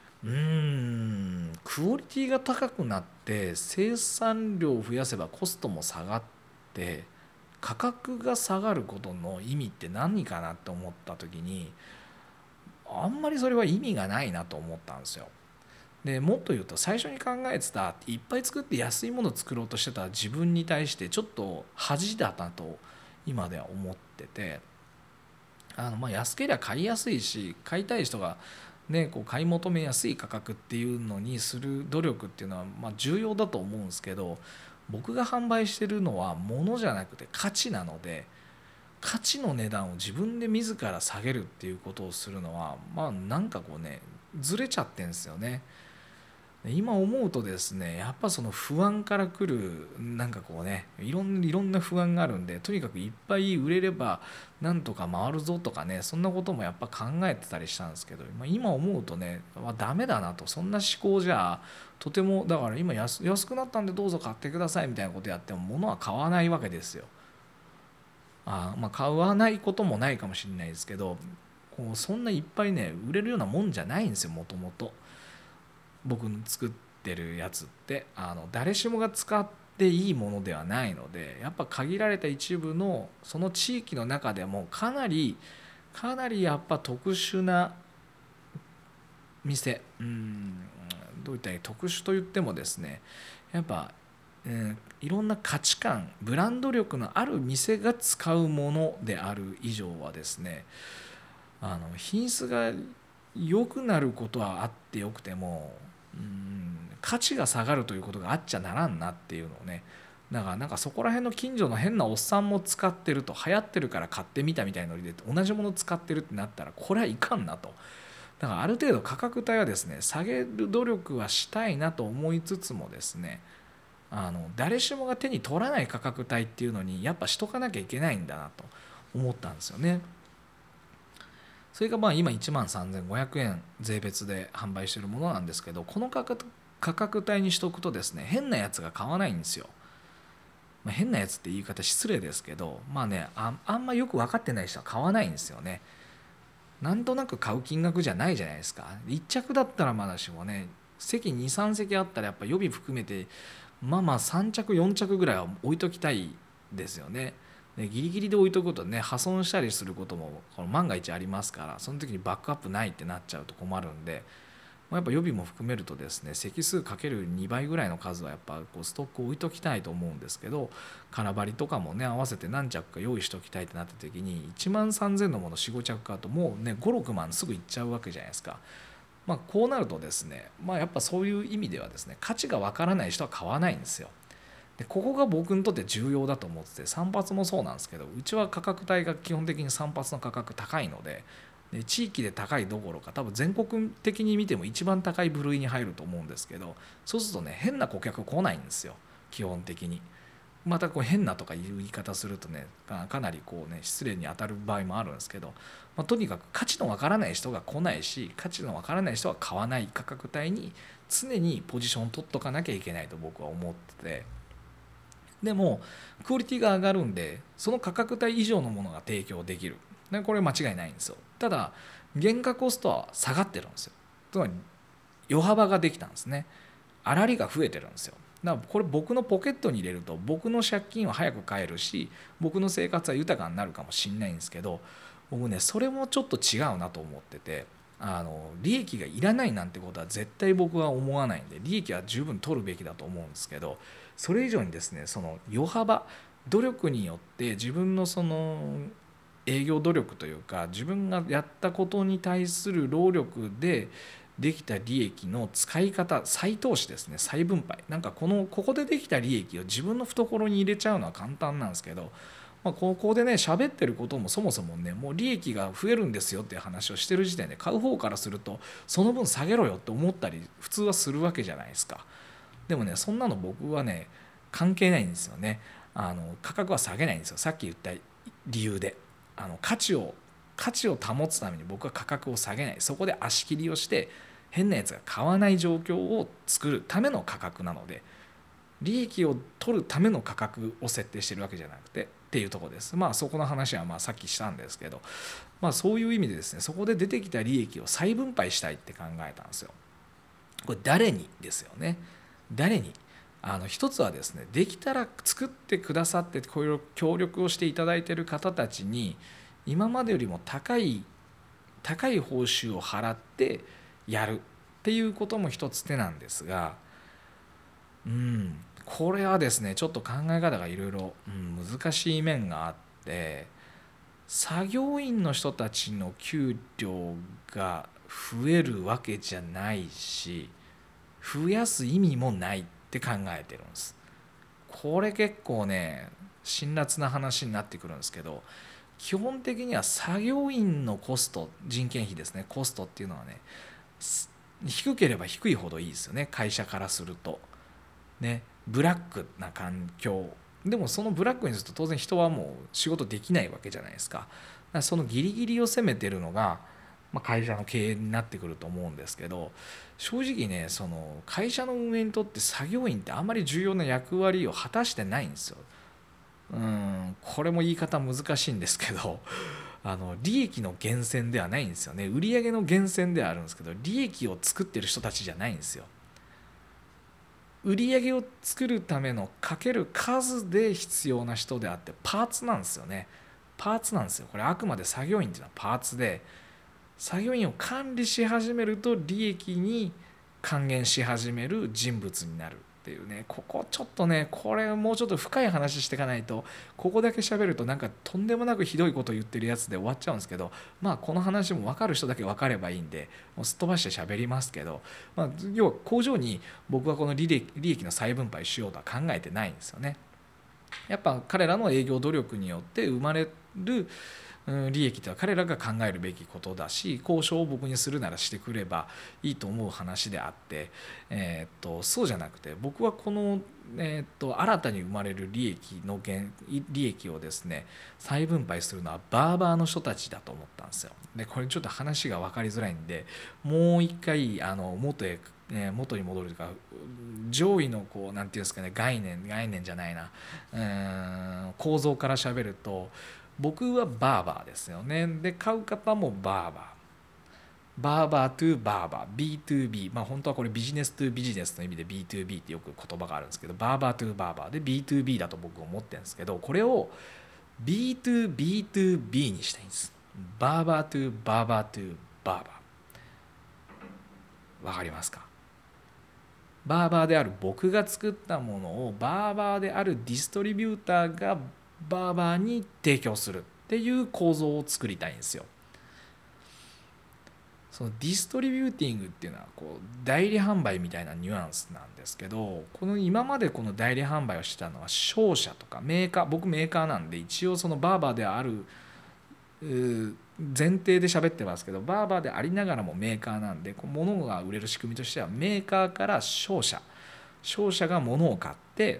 クオリティが高くなって生産量を増やせばコストも下がって価格が下がることの意味って何かなって思った時に、あんまりそれは意味がないなと思ったんですよ。でもっと言うと、最初に考えてたいっぱい作って安いものを作ろうとしてた自分に対してちょっと恥だなと今では思ってて、安ければ買いやすいし、買いたい人が買い求めやすい価格っていうのにする努力っていうのは重要だと思うんですけど、僕が販売してるのは物じゃなくて価値なので、価値の値段を自分で自ら下げるっていうことをするのはずれちゃってんですよね。今思うとですね、やっぱその不安から来るいろんな不安があるんで、とにかくいっぱい売れればなんとか回るぞとかね、そんなこともやっぱ考えてたりしたんですけど、今思うとね、ダメだなと。そんな思考じゃとても、だから今安くなったんでどうぞ買ってくださいみたいなことやっても物は買わないわけですよ。買わないこともないかもしれないですけど、そんないっぱいね売れるようなもんじゃないんですよ。もともと僕の作ってるやつって誰しもが使っていいものではないので、やっぱ限られた一部のその地域の中でもかなりやっぱ特殊な店、どういったら特殊と言ってもですね、やっぱ、いろんな価値観ブランド力のある店が使うものである以上はですね、品質が良くなることはあってよくても、価値が下がるということがあっちゃならんなっていうのをね、だからそこら辺の近所の変なおっさんも使ってると、流行ってるから買ってみたみたいなノリで同じもの使ってるってなったら、これはいかんなと。だからある程度価格帯はですね下げる努力はしたいなと思いつつもですね、誰しもが手に取らない価格帯っていうのにやっぱしとかなきゃいけないんだなと思ったんですよね。それが今13,500円税別で販売しているものなんですけど、この価格帯にしとくとですね、変なやつが買わないんですよ。変なやつって言い方失礼ですけど、あんまよく分かってない人は買わないんですよね。 なんとなく買う金額じゃないじゃないですか。1着だったらまだしもね、席2、3席あったらやっぱ予備含めてまあ3着4着ぐらいは置いときたいですよね。でギリギリで置いとくとね、破損したりすることもこの万が一ありますから、その時にバックアップないってなっちゃうと困るんで、やっぱ予備も含めるとですね、席数かける2倍ぐらいの数はやっぱこうストックを置いときたいと思うんですけど、空張りとかもね合わせて何着か用意しておきたいってなった時に1万3000のもの 4,5 着買うともうね5,6万すぐいっちゃうわけじゃないですか。こうなるとですね、やっぱそういう意味ではですね、価値がわからない人は買わないんですよ。でここが僕にとって重要だと思ってて、散髪もそうなんですけど、うちは価格帯が基本的に散髪の価格高いので、地域で高いどころか多分全国的に見ても一番高い部類に入ると思うんですけど、そうするとね変な顧客来ないんですよ基本的に。またこう変なとかいう言い方するとねかなりこうね失礼に当たる場合もあるんですけど、とにかく価値のわからない人が来ないし、価値のわからない人は買わない価格帯に常にポジションを取っとかなきゃいけないと僕は思ってて、でもクオリティが上がるんでその価格帯以上のものが提供できる、これ間違いないんですよ。ただ原価コストは下がってるんですよ。つまり余幅ができたんですね。粗利が増えてるんですよ。だからこれ僕のポケットに入れると僕の借金は早く返るし、僕の生活は豊かになるかもしれないんですけど、僕ねそれもちょっと違うなと思ってて、利益がいらないなんてことは絶対僕は思わないんで、利益は十分取るべきだと思うんですけど、それ以上にですねその余幅、努力によって自分のその営業努力というか自分がやったことに対する労力でできた利益の使い方、再投資ですね、再分配、ここでできた利益を自分の懐に入れちゃうのは簡単なんですけど、ここでね喋ってることもそもそもねもう利益が増えるんですよっていう話をしてる時点で買う方からするとその分下げろよって思ったり普通はするわけじゃないですか。でもねそんなの僕はね関係ないんですよね。価格は下げないんですよ、さっき言った理由で。価値を保つために僕は価格を下げない、そこで足切りをして変なやつが買わない状況を作るための価格なので、利益を取るための価格を設定してるわけじゃなくてっていうところです。そこの話はさっきしたんですけど、そういう意味でですね、そこで出てきた利益を再分配したいって考えたんですよ。これ誰にですよね。誰に。一つはですね、できたら作ってくださって協力をしていただいている方たちに今までよりも高い報酬を払ってやるっていうことも一つ手なんですが、これはですねちょっと考え方がいろいろ難しい面があって、作業員の人たちの給料が増えるわけじゃないし、増やす意味もないって考えてるんです。これ結構ね辛辣な話になってくるんですけど、基本的には作業員のコスト、人件費ですね、コストっていうのはね低ければ低いほどいいですよね、会社からするとね。ブラックな環境でもそのブラックにすると当然人はもう仕事できないわけじゃないですか。だからそのギリギリを攻めてるのが会社の経営になってくると思うんですけど、正直ねその会社の運営にとって作業員ってあんまり重要な役割を果たしてないんですよ。これも言い方難しいんですけど利益の源泉ではないんですよね。売上の源泉ではあるんですけど、利益を作ってる人たちじゃないんですよ。売上を作るためのかける数で必要な人であってパーツなんですよね。パーツなんですよ。これあくまで作業員っていうのはパーツで、作業員を管理し始めると利益に還元し始める人物になるっていうね、ここちょっとねこれもうちょっと深い話していかないと、ここだけ喋るととんでもなくひどいこと言ってるやつで終わっちゃうんですけど、この話も分かる人だけ分かればいいんでもうすっ飛ばして喋りますけど、要は工場に僕はこの利益の再分配しようとは考えてないんですよね。やっぱ彼らの営業努力によって生まれる利益とは彼らが考えるべきことだし、交渉を僕にするならしてくればいいと思う話であって、そうじゃなくて僕はこの、新たに生まれる利益をですね再分配するのはバーバーの人たちだと思ったんですよ。でこれちょっと話が分かりづらいんでもう一回元に戻るというか、上位のなんていうんですかね、概念じゃないな、構造から喋ると、 僕はバーバーですよね。で買う方もバーバー、バーバートゥバーバー B2B、 まあ本当はこれビジネストゥビジネスの意味で B2B ってよく言葉があるんですけど、バーバートゥバーバーで B2B だと僕思ってるんですけど、これを B2B2B にしたいんです。バーバートゥバーバートゥバーバー、わかりますか？バーバーである僕が作ったものをバーバーであるディストリビューターがバーバーに提供するっていう構造を作りたいんですよ。そのディストリビューティングっていうのはこう代理販売みたいなニュアンスなんですけど、この今までこの代理販売をしてたのは商社とかメーカー、僕メーカーなんで一応そのバーバーである前提で喋ってますけど、バーバーでありながらもメーカーなんで、物が売れる仕組みとしてはメーカーから商社が物を買って、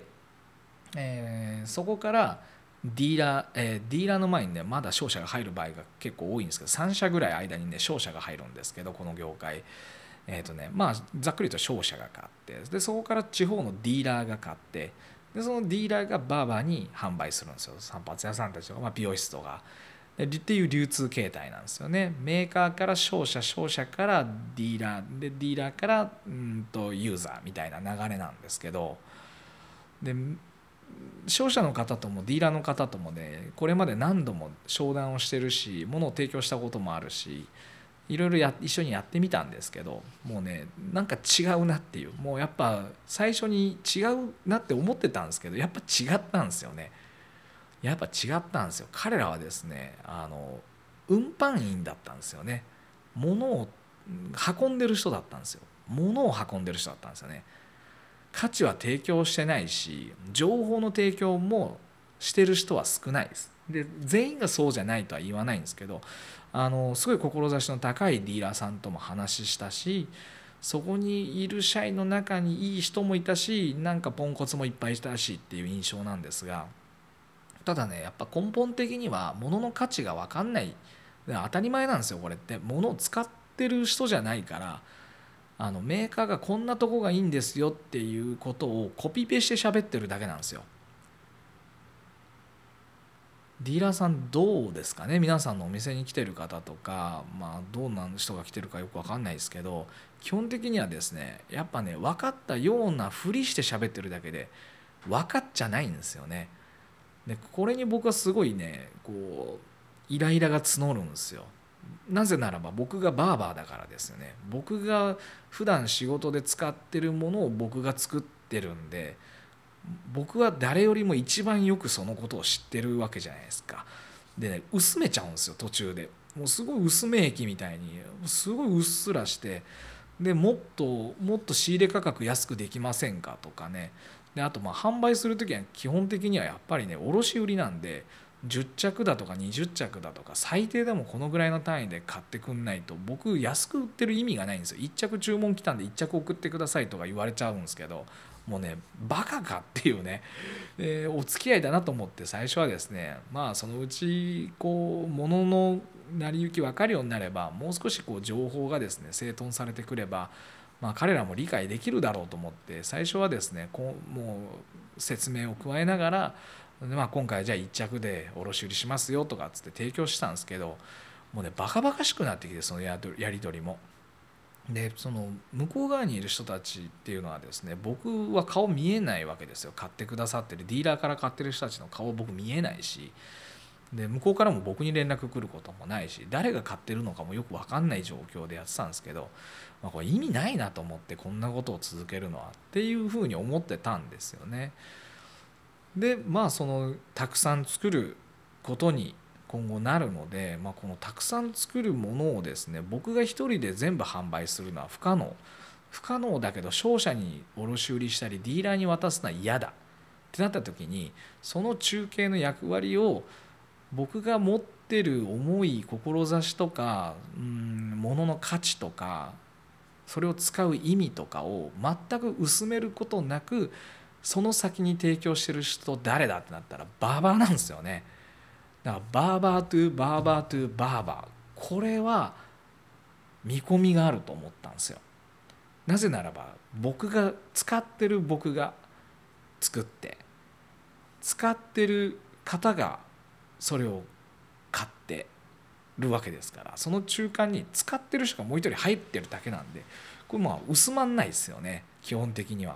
そこからディーラー、ディーラーの前にねまだ商社が入る場合が結構多いんですけど、3社ぐらい間にね商社が入るんですけど、この業界まあざっくりと商社が買って、でそこから地方のディーラーが買って、でそのディーラーがバーバーに販売するんですよ。散髪屋さんたちとか、美容室とかっていう流通形態なんですよね。メーカーから商社からディーラーで、ディーラーからユーザーみたいな流れなんですけど、で商社の方ともディーラーの方ともねこれまで何度も商談をしてるし、物を提供したこともあるし、いろいろ一緒にやってみたんですけど、もうねなんか違うなっていう、もうやっぱ最初に違うなって思ってたんですけど、やっぱ違ったんですよね。やっぱ違ったんですよ。彼らはですね運搬員だったんですよね。物を運んでる人だったんですよ。物を運んでる人だったんですよね。価値は提供してないし、情報の提供もしてる人は少ないです。で全員がそうじゃないとは言わないんですけど、すごい志の高いディーラーさんとも話したし、そこにいる社員の中にいい人もいたし、なんかポンコツもいっぱいいたしっていう印象なんですが、ただねやっぱ根本的には物の価値が分かんない、当たり前なんですよ。これって物を使ってる人じゃないから、メーカーがこんなとこがいいんですよっていうことをコピペして喋ってるだけなんですよ。ディーラーさんどうですかね。皆さんのお店に来てる方とか、どうな人が来てるかよく分かんないですけど、基本的にはですねやっぱね分かったようなふりして喋ってるだけで分かっちゃないんですよね。でこれに僕はすごいねこうイライラが募るんですよ。なぜならば僕がバーバーだからですよね。僕が普段仕事で使ってるものを僕が作ってるんで、僕は誰よりも一番よくそのことを知ってるわけじゃないですか。でね薄めちゃうんですよ途中で。もうすごい薄め液みたいにすごいうっすらして、でもっと仕入れ価格安くできませんかとかね。であと販売する時は基本的にはやっぱりね卸売りなんで、10着だとか20着だとか最低でもこのぐらいの単位で買ってくんないと僕安く売ってる意味がないんですよ。1着注文来たんで1着送ってくださいとか言われちゃうんですけど、もうねバカかっていうね、お付き合いだなと思って最初はですね、そのうち物の成り行き分かるようになれば、もう少し情報がですね整頓されてくれば、彼らも理解できるだろうと思って最初はですねもう説明を加えながら、今回じゃあ1着で卸売りしますよとかっつって提供したんですけど、もうねバカバカしくなってきて、そのやり取りも。でその向こう側にいる人たちっていうのはですね、僕は顔見えないわけですよ。買ってくださってるディーラーから買ってる人たちの顔僕見えないし、で向こうからも僕に連絡来ることもないし、誰が買ってるのかもよく分かんない状況でやってたんですけど、これ意味ないなと思って、こんなことを続けるのはっていうふうに思ってたんですよね。でそのたくさん作ることに今後なるので、このたくさん作るものをですね僕が一人で全部販売するのは不可能だけど、商社に卸売りしたりディーラーに渡すのは嫌だってなった時に、その中継の役割を僕が持ってる思い志とか物の価値とかそれを使う意味とかを全く薄めることなく、その先に提供してる人誰だってなったらバーバーなんですよね。だからバーバートゥバーバートゥバーバー、これは見込みがあると思ったんですよ。なぜならば僕が作って使ってる方がそれを買ってるわけですから、その中間に使ってる人がもう一人入ってるだけなんで、これ薄まんないですよね、基本的には。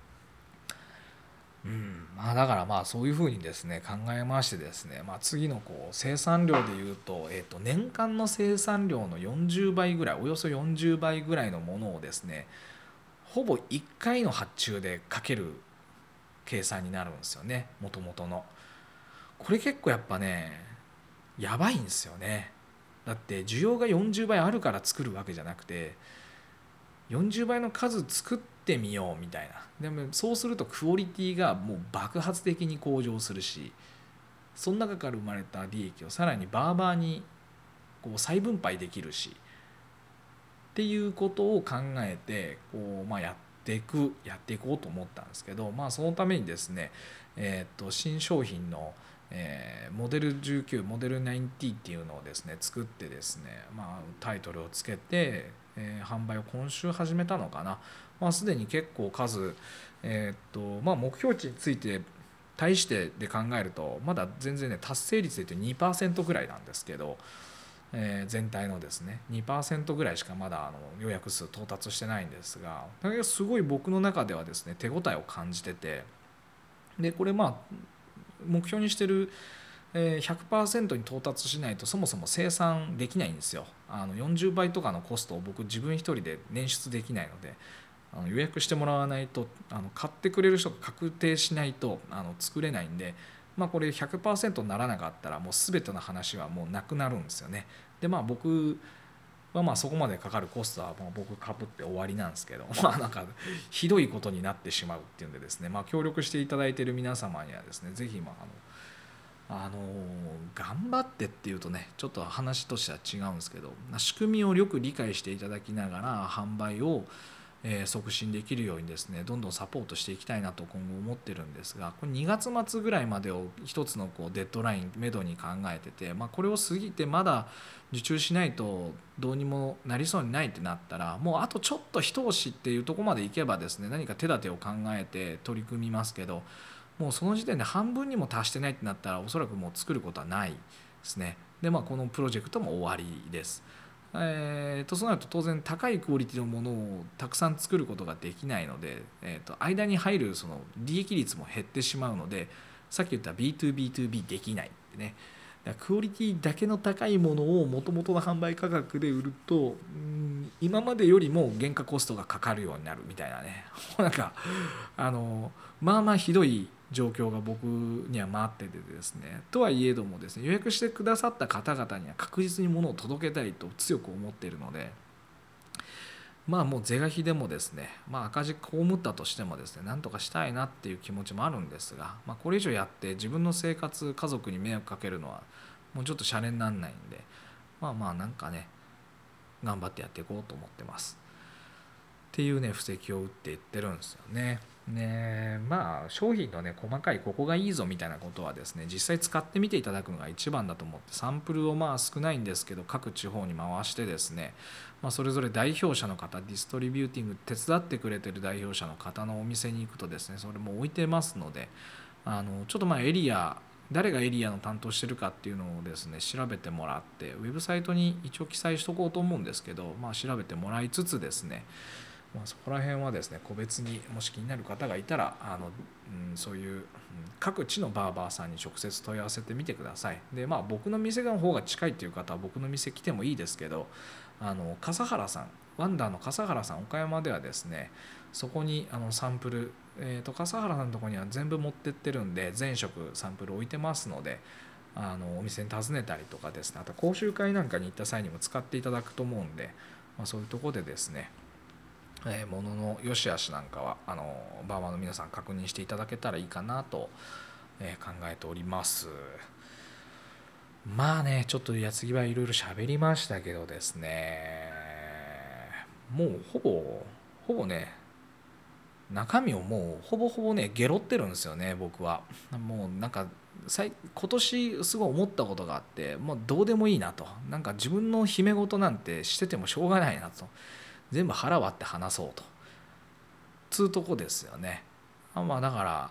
だからそういうふうにですね考えましてですね、次の生産量でいうと、年間の生産量の40倍ぐらい、およそ40倍ぐらいのものをですねほぼ1回の発注でかける計算になるんですよね、もともとの。これ結構やっぱねやばいんですよね。だって需要が40倍あるから作るわけじゃなくて、40倍の数作ってみようみたいな。でもそうするとクオリティがもう爆発的に向上するし、その中から生まれた利益をさらにバーバーに再分配できるしっていうことを考えてやっていこうと思ったんですけど、そのためにですね、新商品のモデル19、モデル90っていうのをですね作ってですね、タイトルをつけて、販売を今週始めたのかな。すでに結構数、目標値について対してで考えるとまだ全然ね達成率で言うと 2% ぐらいなんですけど、全体のですね 2% ぐらいしかまだ予約数到達してないんですが、だけどすごい僕の中ではですね手応えを感じてて、でこれ目標にしてる100% に到達しないとそもそも生産できないんですよ。40倍とかのコストを僕自分一人で捻出できないので、予約してもらわないと、買ってくれる人が確定しないと作れないんで、これ 100% にならなかったらもう全ての話はもうなくなるんですよね。で僕はそこまでかかるコストはもう僕かぶって終わりなんですけど、なんかひどいことになってしまうっていうんでですね、協力していただいている皆様にはですねぜひ頑張ってっていうとねちょっと話としては違うんですけど、仕組みをよく理解していただきながら販売を促進できるようにですねどんどんサポートしていきたいなと今後思ってるんですが、これ2月末ぐらいまでを一つのデッドラインめどに考えてて、これを過ぎてまだ受注しないとどうにもなりそうにないってなったら、もうあとちょっと一押しっていうところまでいけばですね何か手立てを考えて取り組みますけど、もうその時点で半分にも達してないってなったらおそらくもう作ることはないですね。でこのプロジェクトも終わりです。そうなると当然高いクオリティのものをたくさん作ることができないので、間に入るその利益率も減ってしまうので、さっき言った B2B2B できないってね。クオリティだけの高いものを元々の販売価格で売ると今までよりも原価コストがかかるようになるみたいなねなんかひどい状況が僕には待っててですね、とはいえどもですね予約してくださった方々には確実に物を届けたいと強く思っているので、もう是が非でもですね、赤字被ったとしてもですねなんとかしたいなっていう気持ちもあるんですが、これ以上やって自分の生活家族に迷惑かけるのはもうちょっとシャレにならないんで、なんかね頑張ってやっていこうと思ってますっていうね布石を打っていってるんですよね。商品のね細かいここがいいぞみたいなことはですね実際使ってみていただくのが一番だと思って、サンプルを少ないんですけど各地方に回してですね、それぞれ代表者の方、ディストリビューティング手伝ってくれてる代表者の方のお店に行くとですねそれも置いてますので、ちょっとエリア誰がエリアの担当してるかっていうのをですね調べてもらって、ウェブサイトに一応記載しとこうと思うんですけど、調べてもらいつつですね、そこら辺はですね個別にもし気になる方がいたらそういう各地のバーバーさんに直接問い合わせてみてください。で僕の店の方が近いという方は僕の店来てもいいですけど、笠原さん、ワンダーの笠原さん岡山ではですねそこにサンプル、笠原さんのところには全部持ってってるんで全色サンプル置いてますので、お店に訪ねたりとかですね、あと講習会なんかに行った際にも使っていただくと思うんで、そういうところでですね物の良し悪しなんかはバーバーの皆さん確認していただけたらいいかなと考えております。ちょっと矢継ぎはいろいろ喋りましたけどですね、もうほぼね中身をもうほぼねゲロってるんですよね僕は。もうなんか今年すごい思ったことがあって、もうどうでもいいなと、なんか自分の秘め事なんてしててもしょうがないなと、全部腹割って話そうとつうとこですよね。だから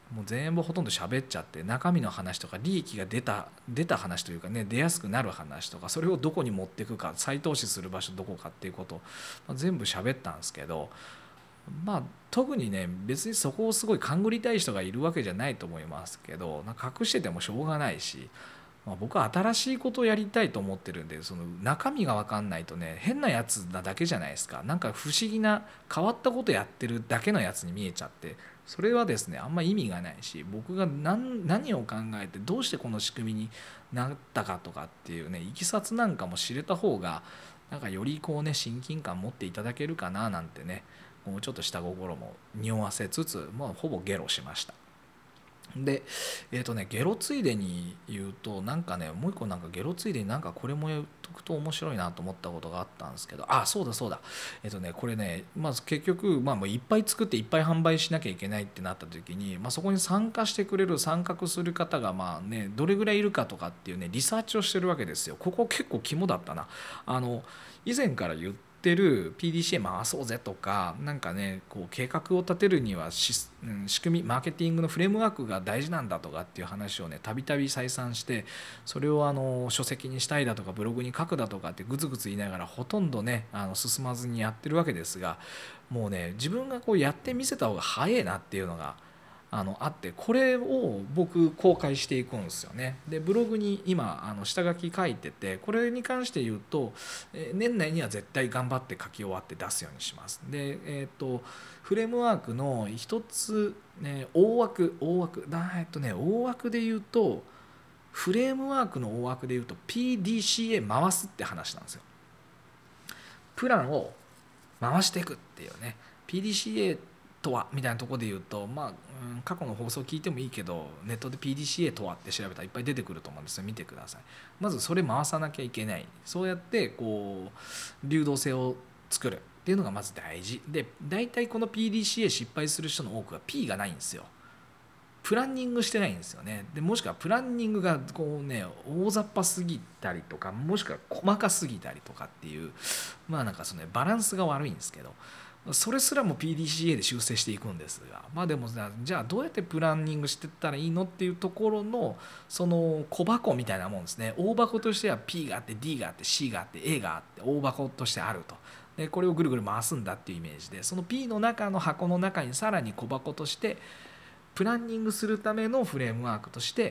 もう全部ほとんど喋っちゃって、中身の話とか利益が出た話というかね、出やすくなる話とか、それをどこに持っていくか、再投資する場所どこかっていうことを、全部喋ったんですけど、特にね別にそこをすごい勘ぐりたい人がいるわけじゃないと思いますけど、隠しててもしょうがないし、僕は新しいことをやりたいと思ってるんで、その中身が分かんないとね、変なやつなだけじゃないですか。不思議な変わったことやってるだけのやつに見えちゃって、それはですねあんま意味がないし、僕が何を考えてどうしてこの仕組みになったかとかっていうね、いきさつなんかも知れた方がよりこうね親近感持っていただけるかななんてね、もうちょっと下心も匂わせつつ、ほぼゲロしました。でゲロついでに言うと、もう一個ゲロついでにこれも言っとくと面白いなと思ったことがあったんですけど、そうだこれね、まず結局、もういっぱい作っていっぱい販売しなきゃいけないってなった時に、そこに参加する方がどれぐらいいるかとかっていうねリサーチをしてるわけですよ。ここ結構肝だったな。以前から言ってる PDCA 回そうぜとか、こう計画を立てるには仕組み、マーケティングのフレームワークが大事なんだとかっていう話をねたびたび再三して、それを書籍にしたいだとかブログに書くだとかってグツグツ言いながらほとんどね進まずにやってるわけですが、もうね自分がこうやってみせた方が早いなっていうのがあって、これを僕公開していくんですよね。でブログに今下書き書いてて、これに関して言うと年内には絶対頑張って書き終わって出すようにします。でフレームワークの一つ、大枠で言うと、フレームワークの大枠で言うと PDCA 回すって話なんですよ。プランを回していくっていうね。 PDCA とはみたいなところで言うと、過去の放送聞いてもいいけど、ネットで PDCA とはって調べたらいっぱい出てくると思うんですよ。見てください。まずそれ回さなきゃいけない。そうやってこう流動性を作るっていうのがまず大事で、大体この PDCA 失敗する人の多くは P がないんですよ。プランニングしてないんですよね。でもしくはプランニングがこうね大雑把すぎたりとか、もしくは細かすぎたりとかっていう、そのバランスが悪いんですけど、それすらも PDCA で修正していくんですが、でもじゃあどうやってプランニングしていったらいいのっていうところのその小箱みたいなもんですね。大箱としては P があって D があって C があって A があって大箱としてあると。でこれをぐるぐる回すんだっていうイメージで、その P の中の箱の中にさらに小箱としてプランニングするためのフレームワークとして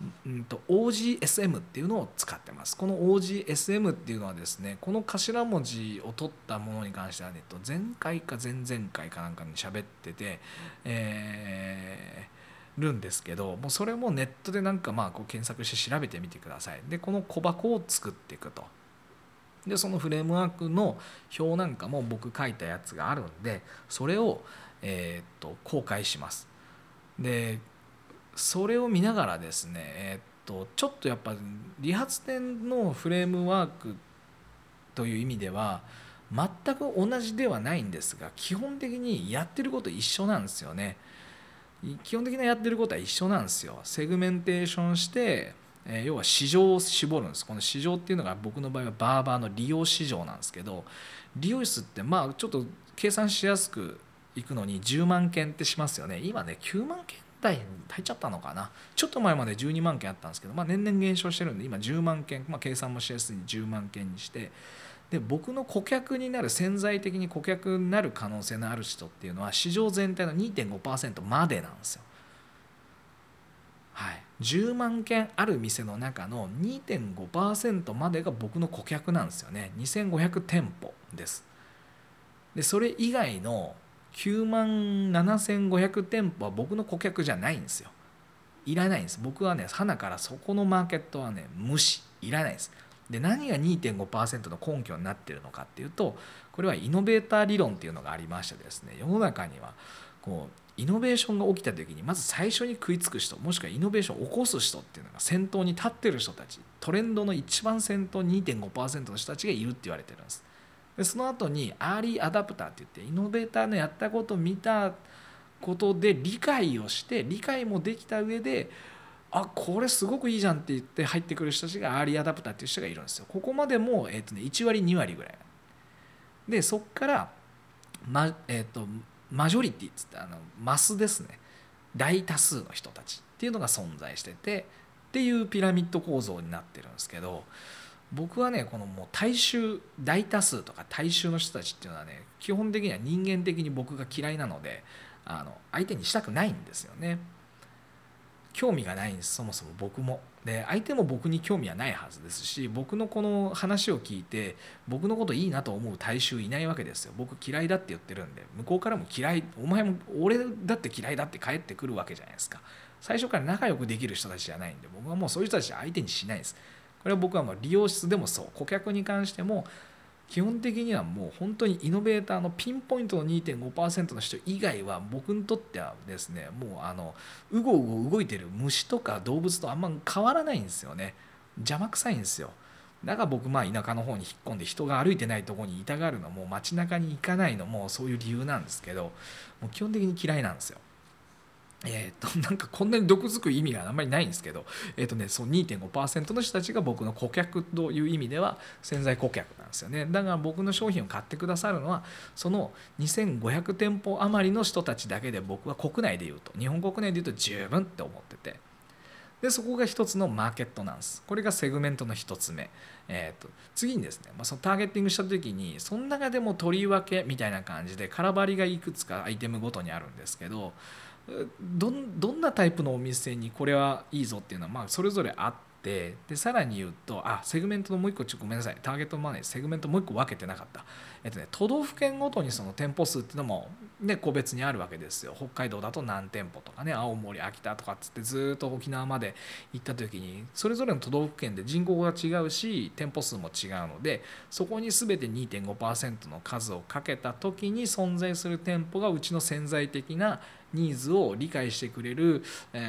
、OGSM っていうのを使ってます。この OGSM っていうのはですね、この頭文字を取ったものに関しては、前回か前々回かなんかに喋ってて、るんですけど、もうそれもネットでこう検索して調べてみてください。でこの小箱を作っていくと。でそのフレームワークの表なんかも僕書いたやつがあるんで、それを、公開します。でそれを見ながらですね、ちょっとやっぱ理髪店のフレームワークという意味では全く同じではないんですが、基本的にやってること一緒なんですよね。基本的なやってることは一緒なんですよ。セグメンテーションして、要は市場を絞るんです。この市場っていうのが僕の場合はバーバーの利用市場なんですけど、利用室ってちょっと計算しやすくいくのに10万件ってしますよね。今ね9万件台に入っちゃったのかな。ちょっと前まで12万件あったんですけど、年々減少してるんで今10万件、計算もしやすい10万件にして、で僕の顧客になる、潜在的に顧客になる可能性のある人っていうのは市場全体の 2.5% までなんですよ。はい、10万件ある店の中の 2.5% までが僕の顧客なんですよね。2500店舗です。でそれ以外の9万7500店舗は僕の顧客じゃないんですよ。いらないんです。僕はね花からそこのマーケットはね無視、いらないです。で何が 2.5% の根拠になっているのかっていうと、これはイノベーター理論っていうのがありましてですね、世の中にはこうイノベーションが起きた時にまず最初に食いつく人、もしくはイノベーションを起こす人っていうのが先頭に立ってる人たち、トレンドの一番先頭 2.5% の人たちがいるって言われてるんです。でその後にアーリーアダプターって言って、イノベーターのやったことを見たことで理解をして、理解もできた上でこれすごくいいじゃんって言って入ってくる人たちがアーリーアダプターっていう人がいるんですよ。ここまでも、1割2割ぐらいで、そこからマジョリティっつってマスですね。 大多数の人たちっていうのが存在しててっていうピラミッド構造になってるんですけど、僕はねこのもう大多数とか大衆の人たちっていうのはね基本的には人間的に僕が嫌いなので相手にしたくないんですよね。興味がないんです、そもそも僕も。で相手も僕に興味はないはずですし、僕のこの話を聞いて僕のこといいなと思う大衆いないわけですよ。僕嫌いだって言ってるんで、向こうからも嫌い、お前も俺だって嫌いだって返ってくるわけじゃないですか。最初から仲良くできる人たちじゃないんで、僕はもうそういう人たち相手にしないです。これは僕はもう利用室でもそう、顧客に関しても基本的にはもう本当にイノベーターのピンポイントの 2.5% の人以外は僕にとってはですね、もううごうご動いてる虫とか動物とあんま変わらないんですよね。邪魔くさいんですよ。だから僕田舎の方に引っ込んで人が歩いてないところにいたがるのも街中に行かないのもそういう理由なんですけど、もう基本的に嫌いなんですよ。なんかこんなに毒づく意味があんまりないんですけど、その 2.5% の人たちが僕の顧客という意味では潜在顧客なんですよね。だから僕の商品を買ってくださるのはその2500店舗余りの人たちだけで、僕は国内でいうと日本国内でいうと十分って思ってて、でそこが一つのマーケットなんです。これがセグメントの一つ目。次にですね、そのターゲッティングした時にその中でも取り分けみたいな感じで空張りがいくつかアイテムごとにあるんですけど、どんなタイプのお店にこれはいいぞっていうのはそれぞれあって、でさらに言うとセグメントのもう一個ごめんなさい、ターゲットマネーセグメントもう一個分けてなかった。都道府県ごとにその店舗数っていうのも、ね、個別にあるわけですよ。北海道だと何店舗とかね、青森秋田とかっつってずっと沖縄まで行った時にそれぞれの都道府県で人口が違うし店舗数も違うので、そこに全て 2.5% の数をかけた時に存在する店舗がうちの潜在的なニーズを理解してくれる、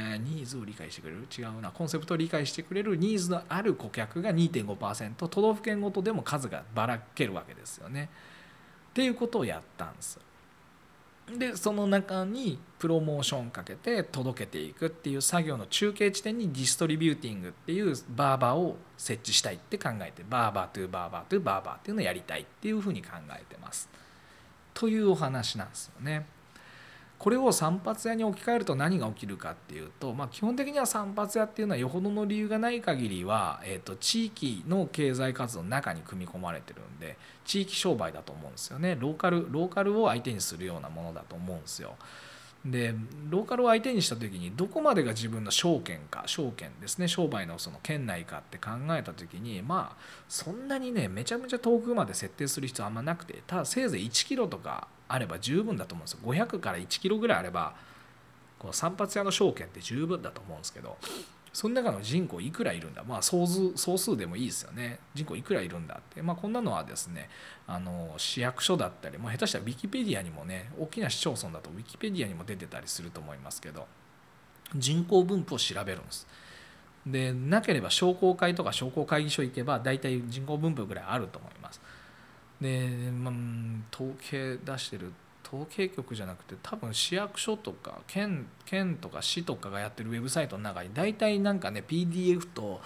コンセプトを理解してくれるニーズのある顧客が 2.5%、 都道府県ごとでも数がばらけるわけですよね。っていうことをやったんです。でその中にプロモーションかけて届けていくっていう作業の中継地点にディストリビューティングっていうバーバーを設置したいって考えて、バーバートゥーバーバートゥーバーバーっていうのをやりたいっていうふうに考えてますというお話なんですよね。これを散髪屋に置き換えると何が起きるかっていうと、基本的には散髪屋っていうのはよほどの理由がない限りは、地域の経済活動の中に組み込まれてるんで地域商売だと思うんですよね。ローカルを相手にするようなものだと思うんですよ。でローカルを相手にした時にどこまでが自分の証券ですね、商売のその圏内かって考えた時にそんなにねめちゃめちゃ遠くまで設定する必要あんまなくて、ただせいぜい1キロとかあれば十分だと思うんですよ。500から1キロぐらいあればこの散髪屋の証券って十分だと思うんですけど、その中の人口いくらいるんだ、総数でもいいですよね。人口いくらいるんだって、こんなのはですね市役所だったり、下手したらウィキペディアにもね、大きな市町村だとウィキペディアにも出てたりすると思いますけど、人口分布を調べるんです。でなければ商工会とか商工会議所行けば大体人口分布ぐらいあると思います。で、統計出してる統計局じゃなくて多分市役所とか県とか市とかがやってるウェブサイトの中に大体なんかね PDF と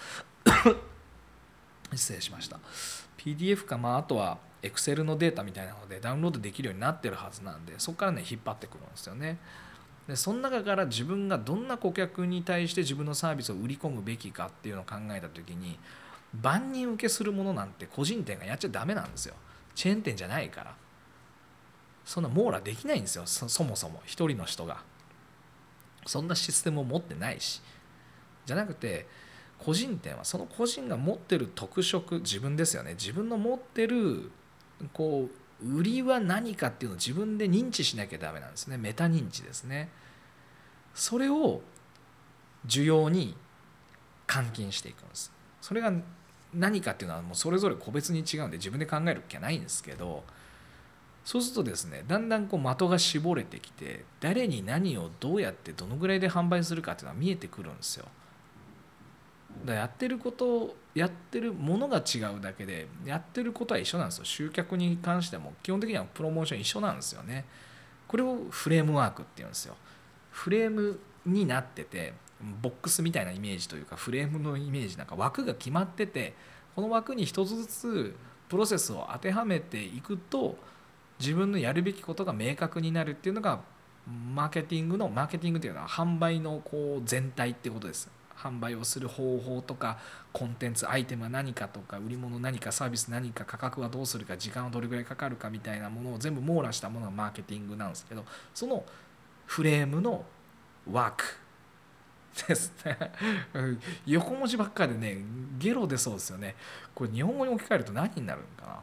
失礼しました PDF かあとは Excel のデータみたいなのでダウンロードできるようになってるはずなんで、そこからね引っ張ってくるんですよね。でその中から自分がどんな顧客に対して自分のサービスを売り込むべきかっていうのを考えた時に、万人受けするものなんて個人店がやっちゃダメなんですよ。チェーン店じゃないからそんな網羅できないんですよ。そもそも一人の人がそんなシステムを持ってないし、じゃなくて個人店はその個人が持ってる特色、自分ですよね。自分の持ってる売りは何かっていうのを自分で認知しなきゃダメなんですね。メタ認知ですね。それを需要に換金していくんです。それが何かっていうのはもうそれぞれ個別に違うんで自分で考える気はないんですけど、そうするとですねだんだん的が絞れてきて、誰に何をどうやってどのぐらいで販売するかっていうのは見えてくるんですよ。だからやってるものが違うだけでやってることは一緒なんですよ。集客に関しても基本的にはプロモーション一緒なんですよね。これをフレームワークっていうんですよ。フレームになっててボックスみたいなイメージというか、フレームのイメージなんか枠が決まってて、この枠に一つずつプロセスを当てはめていくと自分のやるべきことが明確になるっていうのがマーケティングっていうのは販売のこう全体ってことです。販売をする方法とかコンテンツアイテムは何かとか売り物何かサービス何か価格はどうするか時間はどれぐらいかかるかみたいなものを全部網羅したものがマーケティングなんですけど、そのフレームのワークですね横文字ばっかりでねゲロ出そうですよね。これ日本語に置き換えると何になるのかな。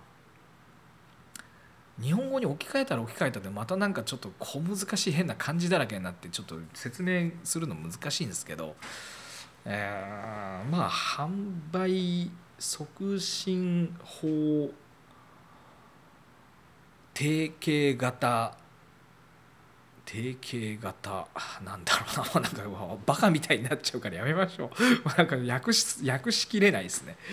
日本語に置き換えたら置き換えたでまたなんかちょっと小難しい変な漢字だらけになってちょっと説明するの難しいんですけど、まあ販売促進法定型なんだろうななんかバカみたいになっちゃうからやめましょうなんか訳しきれないですね。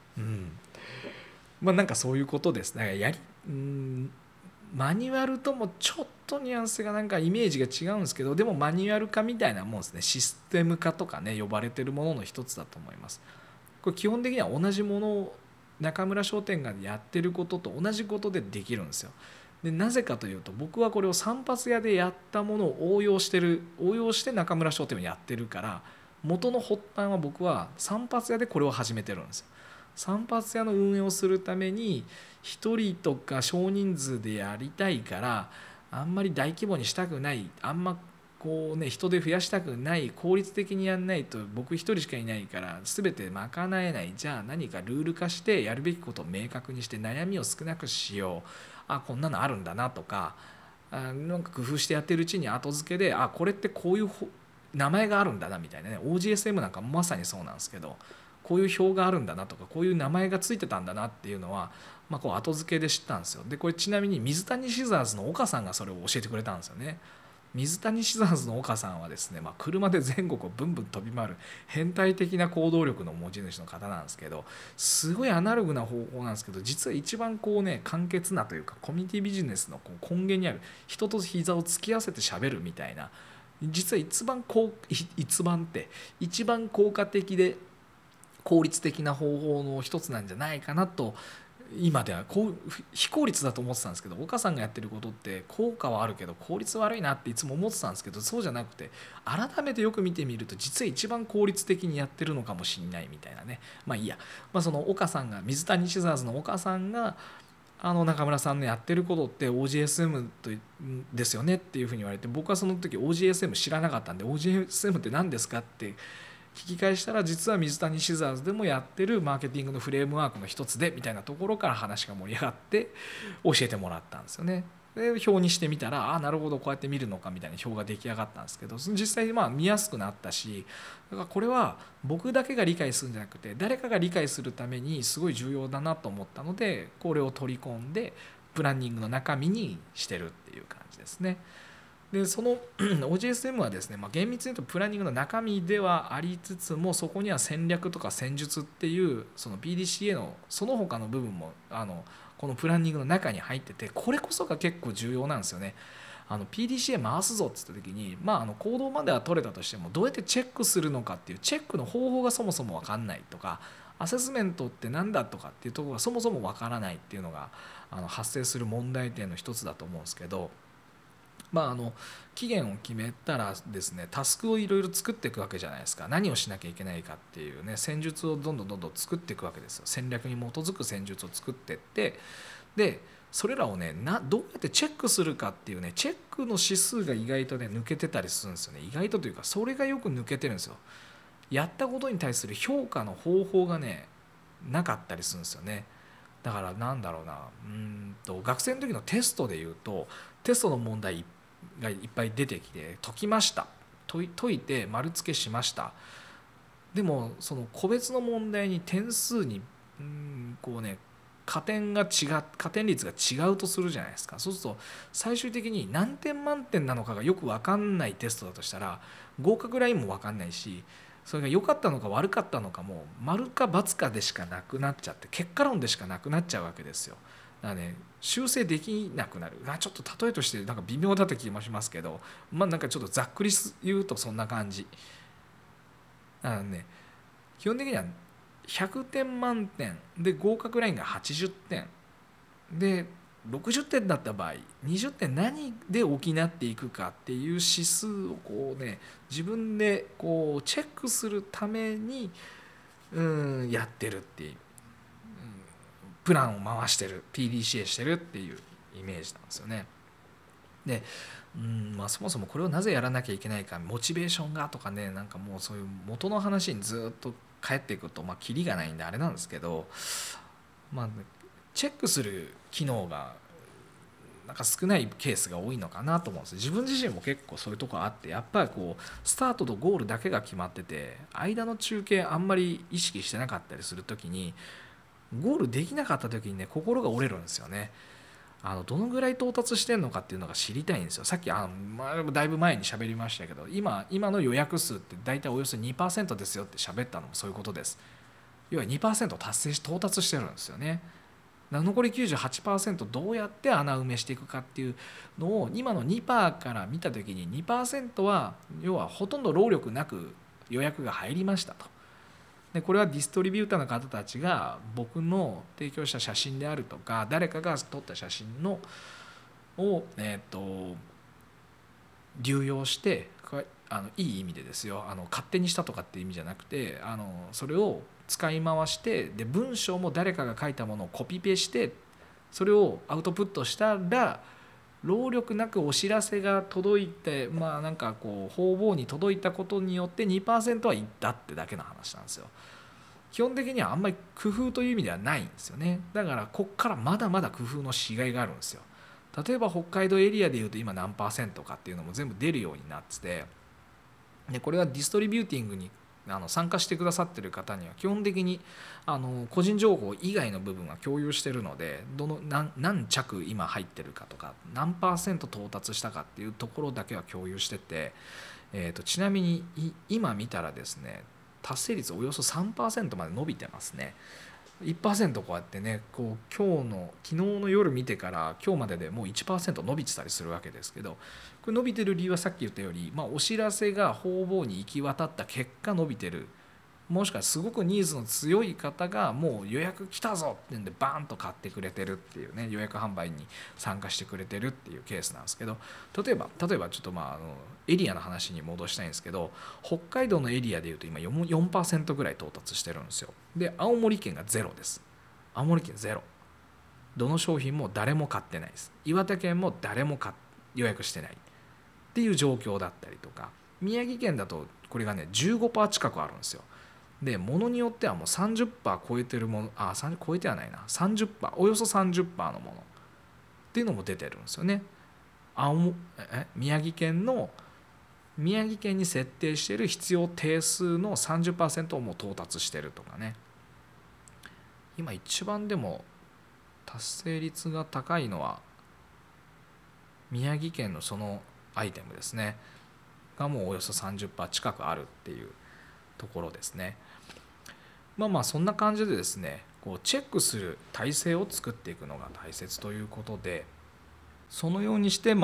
まあなんかそういうことですね。マニュアルともちょっとニュアンスがなんかイメージが違うんですけど、でもマニュアル化みたいなもんですね。システム化とかね呼ばれてるものの一つだと思います。これ基本的には同じものを中村商店街でやってることと同じことでできるんですよ。でなぜかというと僕はこれを散髪屋でやったものを応用して中村商店をやってるから、元の発端は僕は散髪屋でこれを始めてるんですよ。散髪屋の運営をするために1人とか少人数でやりたいからあんまり大規模にしたくない、あんまこうね人で増やしたくない、効率的にやんないと僕1人しかいないから全て賄えない、じゃあ何かルール化してやるべきことを明確にして悩みを少なくしよう、こんなのあるんだなとか、なんか工夫してやってるうちに後付けでこれってこういう名前があるんだなみたいなね、 OGSM なんかまさにそうなんですけど、こういう表があるんだなとかこういう名前がついてたんだなっていうのは、こう後付けで知ったんですよ。でこれちなみに水谷シザーズの岡さんがそれを教えてくれたんですよね。水谷シザーズの岡さんはですね、車で全国をブンブン飛び回る変態的な行動力の持ち主の方なんですけど、すごいアナログな方法なんですけど、実は一番こうね簡潔なというかコミュニティビジネスのこう根源にある人と膝を突き合わせて喋るみたいな、実は一番効果的で効率的な方法の一つなんじゃないかなと、今では非効率だと思ってたんですけど、岡さんがやってることって効果はあるけど効率悪いなっていつも思ってたんですけど、そうじゃなくて改めてよく見てみると実は一番効率的にやってるのかもしれないみたいなね。いいや、その岡さんが水谷シザーズの岡さんが中村さんのやってることって OGSM ですよねっていうふうに言われて、僕はその時 OGSM 知らなかったんで OGSM って何ですかって聞き返したら、実は水谷シザーズでもやってるマーケティングのフレームワークの一つでみたいなところから話が盛り上がって教えてもらったんですよね。で表にしてみたらなるほどこうやって見るのかみたいな表が出来上がったんですけど、実際見やすくなったし、だからこれは僕だけが理解するんじゃなくて誰かが理解するためにすごい重要だなと思ったので、これを取り込んでプランニングの中身にしてるっていう感じですね。でそのOGSM はですね、厳密に言うとプランニングの中身ではありつつも、そこには戦略とか戦術っていうその PDCA のその他の部分もこのプランニングの中に入ってて、これこそが結構重要なんですよね。PDCA 回すぞって言った時に、行動までは取れたとしてもどうやってチェックするのかっていうチェックの方法がそもそも分かんないとか、アセスメントって何だとかっていうところがそもそも分からないっていうのが発生する問題点の一つだと思うんですけど、期限を決めたらですね、タスクをいろいろ作っていくわけじゃないですか。何をしなきゃいけないかっていうね、戦術をどんどん作っていくわけですよ。戦略に基づく戦術を作っていって、でそれらをねどうやってチェックするかっていうね、チェックの指数が意外とね抜けてたりするんですよね。意外とというかそれがよく抜けてるんですよ。やったことに対する評価の方法がねなかったりするんですよね。だからなんだろうな、学生の時のテストでいうと、テストの問題がいっぱい出てきて解きました、解いて丸付けしました。でもその個別の問題に点数にこうね加点率が違うとするじゃないですか。そうすると最終的に何点満点なのかがよく分かんないテストだとしたら合格ラインも分かんないし、それが良かったのか悪かったのかも丸か×かでしかなくなっちゃって、結果論でしかなくなっちゃうわけですよ。だからね修正できなくなる。ちょっと例えとしてなんか微妙だった気もしますけど、なんかちょっとざっくり言うとそんな感じ。基本的には100点満点で合格ラインが80点で 60点だった場合20点何で補っていくかっていう指数をこうね自分でこうチェックするためにやってるっていう、プランを回してる PDCA してるっていうイメージなんですよね。でそもそもこれをなぜやらなきゃいけないかモチベーションがとかねなんかもうそういう元の話にずっと帰っていくとキリがないんであれなんですけど、チェックする機能がなんか少ないケースが多いのかなと思うんです。自分自身も結構そういうとこあってやっぱりこうスタートとゴールだけが決まってて間の中継あんまり意識してなかったりする時にゴールできなかった時にね心が折れるんですよね。どのぐらい到達してるのかっていうのが知りたいんですよ。さっきだいぶ前に喋りましたけど今の予約数って大体およそ 2% ですよって喋ったのもそういうことです。要は 2% 到達してるんですよね。残り 98% どうやって穴埋めしていくかっていうのを今の 2% から見た時に 2% は要はほとんど労力なく予約が入りましたと。でこれはディストリビューターの方たちが僕の提供した写真であるとか誰かが撮った写真を流用していい意味でですよ勝手にしたとかっていう意味じゃなくてそれを使い回してで文章も誰かが書いたものをコピペしてそれをアウトプットしたら労力なくお知らせが届いてなんかこう方々に届いたことによって 2% はいったってだけの話なんですよ。基本的にはあんまり工夫という意味ではないんですよね。だからこっからまだまだ工夫のしがいがあるんですよ。例えば北海道エリアでいうと今何%かっていうのも全部出るようになっててでこれはディストリビューティングに参加してくださっている方には基本的に個人情報以外の部分は共有しているので何着今入ってるかとか何%到達したかっていうところだけは共有してて、ちなみに今見たらですね達成率およそ 3% まで伸びてますね。1% こうやってねこう昨日の夜見てから今日まででもう 1% 伸びてたりするわけですけどこれ伸びてる理由はさっき言ったように、お知らせが方々に行き渡った結果伸びてるもしくはすごくニーズの強い方がもう予約来たぞってんでバーンと買ってくれてるっていうね予約販売に参加してくれてるっていうケースなんですけど例えばちょっとエリアの話に戻したいんですけど北海道のエリアでいうと今 4% ぐらい到達してるんですよ。で青森県がゼロです。青森県ゼロどの商品も誰も買ってないです。岩手県も誰も予約してないっていう状況だったりとか宮城県だとこれがね 15% 近くあるんですよ。で物によってはもう 30% 超えてるもの超えてはないな 30% およそ 30% のものっていうのも出てるんですよね。宮城県に設定している必要定数の 30% をもう到達してるとかね。今一番でも達成率が高いのは宮城県のそのアイテムですねがもうおよそ 30% 近くあるっていうところですね。そんな感じでですねこうチェックする体制を作っていくのが大切ということでそのようにして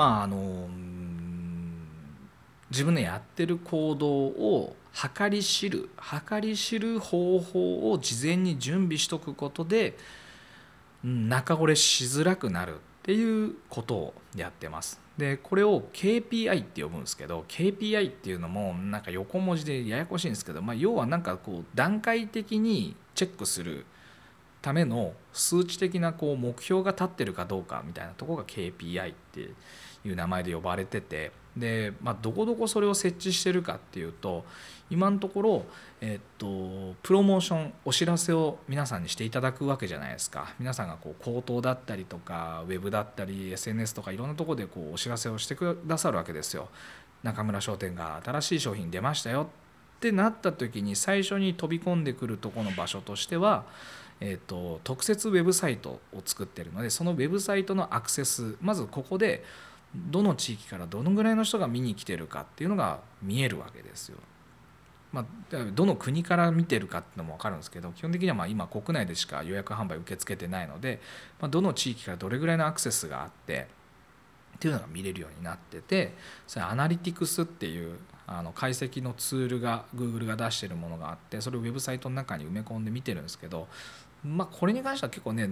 自分のやってる行動を計り知る方法を事前に準備しとくことで中折れしづらくなるっていうことをやってます。でこれを KPI って呼ぶんですけど KPI っていうのもなんか横文字でややこしいんですけど、要はなんかこう段階的にチェックするための数値的なこう目標が立ってるかどうかみたいなところが KPI っていう名前で呼ばれててで、どこどこそれを設置してるかっていうと今のところ、プロモーションお知らせを皆さんにしていただくわけじゃないですか。皆さんがこう口頭だったりとかウェブだったり SNS とかいろんなところでこうお知らせをしてくださるわけですよ。中村商店が新しい商品出ましたよってなった時に最初に飛び込んでくるところの場所としては特設ウェブサイトを作っているのでそのウェブサイトのアクセスまずここでどの地域からどのぐらいの人が見に来てるかっていうのが見えるわけですよ。どの国から見てるかっていうのも分かるんですけど基本的には今国内でしか予約販売受け付けてないので、どの地域からどれぐらいのアクセスがあってっていうのが見れるようになっててそれアナリティクスっていう解析のツールが Google が出しているものがあってそれをウェブサイトの中に埋め込んで見てるんですけど、これに関しては結構ね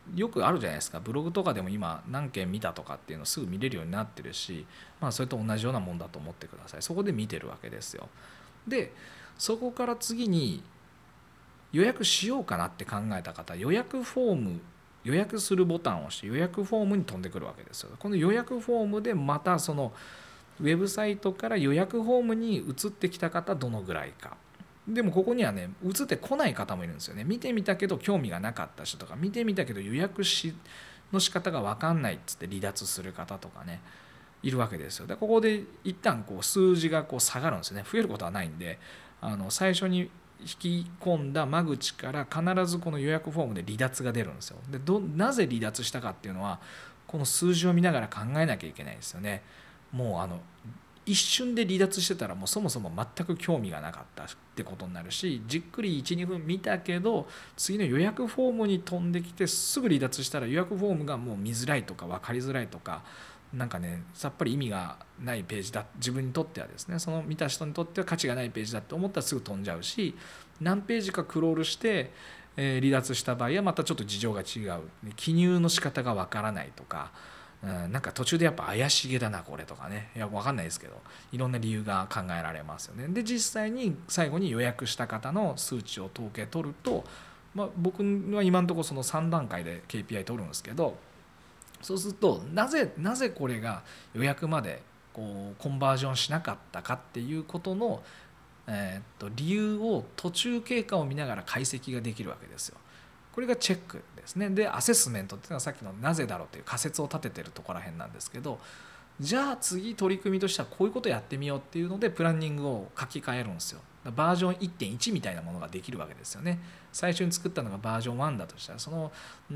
よくあるじゃないですか。ブログとかでも今何件見たとかっていうのすぐ見れるようになってるし、それと同じようなもんだと思ってください。そこで見てるわけですよ。でそこから次に予約しようかなって考えた方、予約するボタンを押して予約フォームに飛んでくるわけですよ。この予約フォームでまたそのウェブサイトから予約フォームに移ってきた方どのぐらいか。でもここにはね移ってこない方もいるんですよね。見てみたけど興味がなかった人とか、見てみたけど予約の仕方が分かんないっつって離脱する方とかねいるわけですよ。でここで一旦数字が下がるんですよね。増えることはないんで、最初に引き込んだ間口から必ずこの予約フォームで離脱が出るんですよ。でなぜ離脱したかっていうのはこの数字を見ながら考えなきゃいけないんですよね。もう一瞬で離脱してたらもうそもそも全く興味がなかったってことになるし、じっくり 1,2 分見たけど次の予約フォームに飛んできてすぐ離脱したら予約フォームがもう見づらいとか分かりづらいとか、なんかねさっぱり意味がないページだ、自分にとってはですね、その見た人にとっては価値がないページだと思ったらすぐ飛んじゃうし、何ページかクロールして離脱した場合はまたちょっと事情が違う、記入の仕方が分からないとか、なんか途中でやっぱ怪しげだなこれとかね、いや分かんないですけどいろんな理由が考えられますよね。で実際に最後に予約した方の数値を統計取ると、僕は今のところその3段階で KPI 取るんですけど、そうするとなぜこれが予約までコンバージョンしなかったかっていうことの、理由を途中経過を見ながら解析ができるわけですよ。これがチェックですね。でアセスメントっていうのはさっきのなぜだろうという仮説を立ててるところら辺なんですけど、じゃあ次取り組みとしてはこういうことやってみようっていうのでプランニングを書き換えるんですよ。バージョン 1.1 みたいなものができるわけですよね。最初に作ったのがバージョン1だとしたらその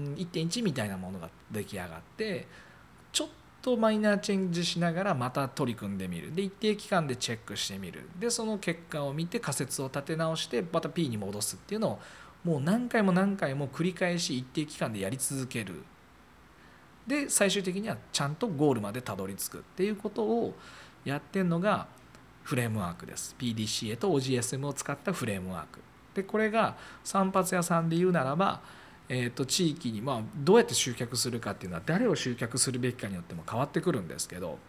1.1 みたいなものが出来上がってちょっとマイナーチェンジしながらまた取り組んでみる。で一定期間でチェックしてみる。でその結果を見て仮説を立て直してまた P に戻すっていうのをもう何回も何回も繰り返し一定期間でやり続ける。で最終的にはちゃんとゴールまでたどり着くっていうことをやってるのがフレームワークです。 PDCA と OGSM を使ったフレームワークで、これが散髪屋さんで言うならば、地域にどうやって集客するかっていうのは誰を集客するべきかによっても変わってくるんですけど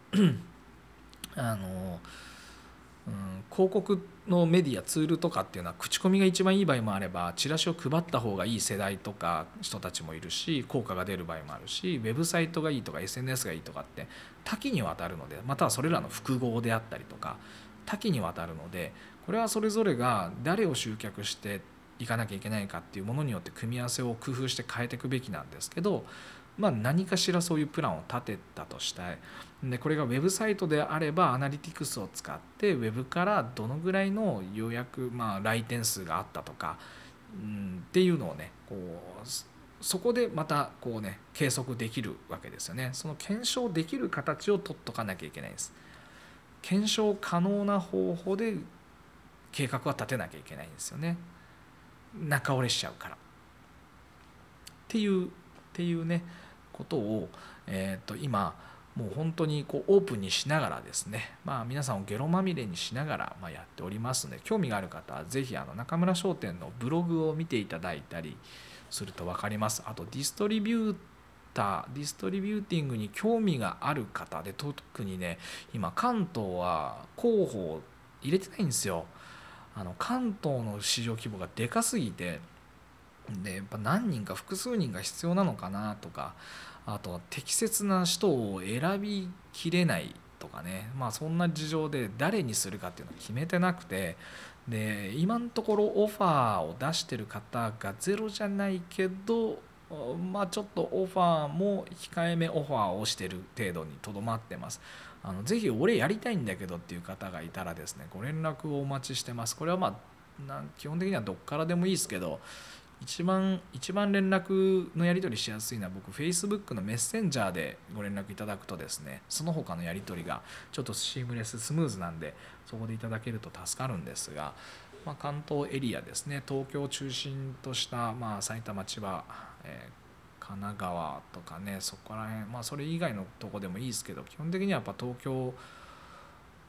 広告のメディアツールとかっていうのは口コミが一番いい場合もあればチラシを配った方がいい世代とか人たちもいるし効果が出る場合もあるし、ウェブサイトがいいとか SNS がいいとかって多岐にわたるので、またはそれらの複合であったりとか多岐にわたるので、これはそれぞれが誰を集客していかなきゃいけないかっていうものによって組み合わせを工夫して変えていくべきなんですけど、何かしらそういうプランを立てたとしたい。でこれがウェブサイトであればアナリティクスを使ってウェブからどのぐらいの予約、来店数があったとか、っていうのをねそこでまた計測できるわけですよね。その検証できる形を取っとかなきゃいけないんです。検証可能な方法で計画は立てなきゃいけないんですよね。中折れしちゃうからっていうねことを、今もう本当にオープンにしながらですね、皆さんをゲロまみれにしながらやっておりますので、興味がある方はぜひ中村商店のブログを見ていただいたりすると分かります。あとディストリビューティングに興味がある方で、特にね今関東は候補を入れてないんですよ。関東の市場規模がでかすぎて、でやっぱ何人か複数人が必要なのかなとか、あとは適切な人を選びきれないとかね、そんな事情で誰にするかっていうのを決めてなくて、で今のところオファーを出してる方がゼロじゃないけど、ちょっとオファーも控えめオファーをしてる程度にとどまってます。ぜひ俺やりたいんだけどっていう方がいたらですね、ご連絡をお待ちしてます。これは基本的にはどっからでもいいですけど、一番連絡のやり取りしやすいのは僕 Facebook のメッセンジャーでご連絡いただくとですね、その他のやり取りがちょっとシームレススムーズなんでそこでいただけると助かるんですが、関東エリアですね、東京を中心とした、埼玉千葉、神奈川とかね、そこら辺、それ以外のとこでもいいですけど、基本的にはやっぱ東京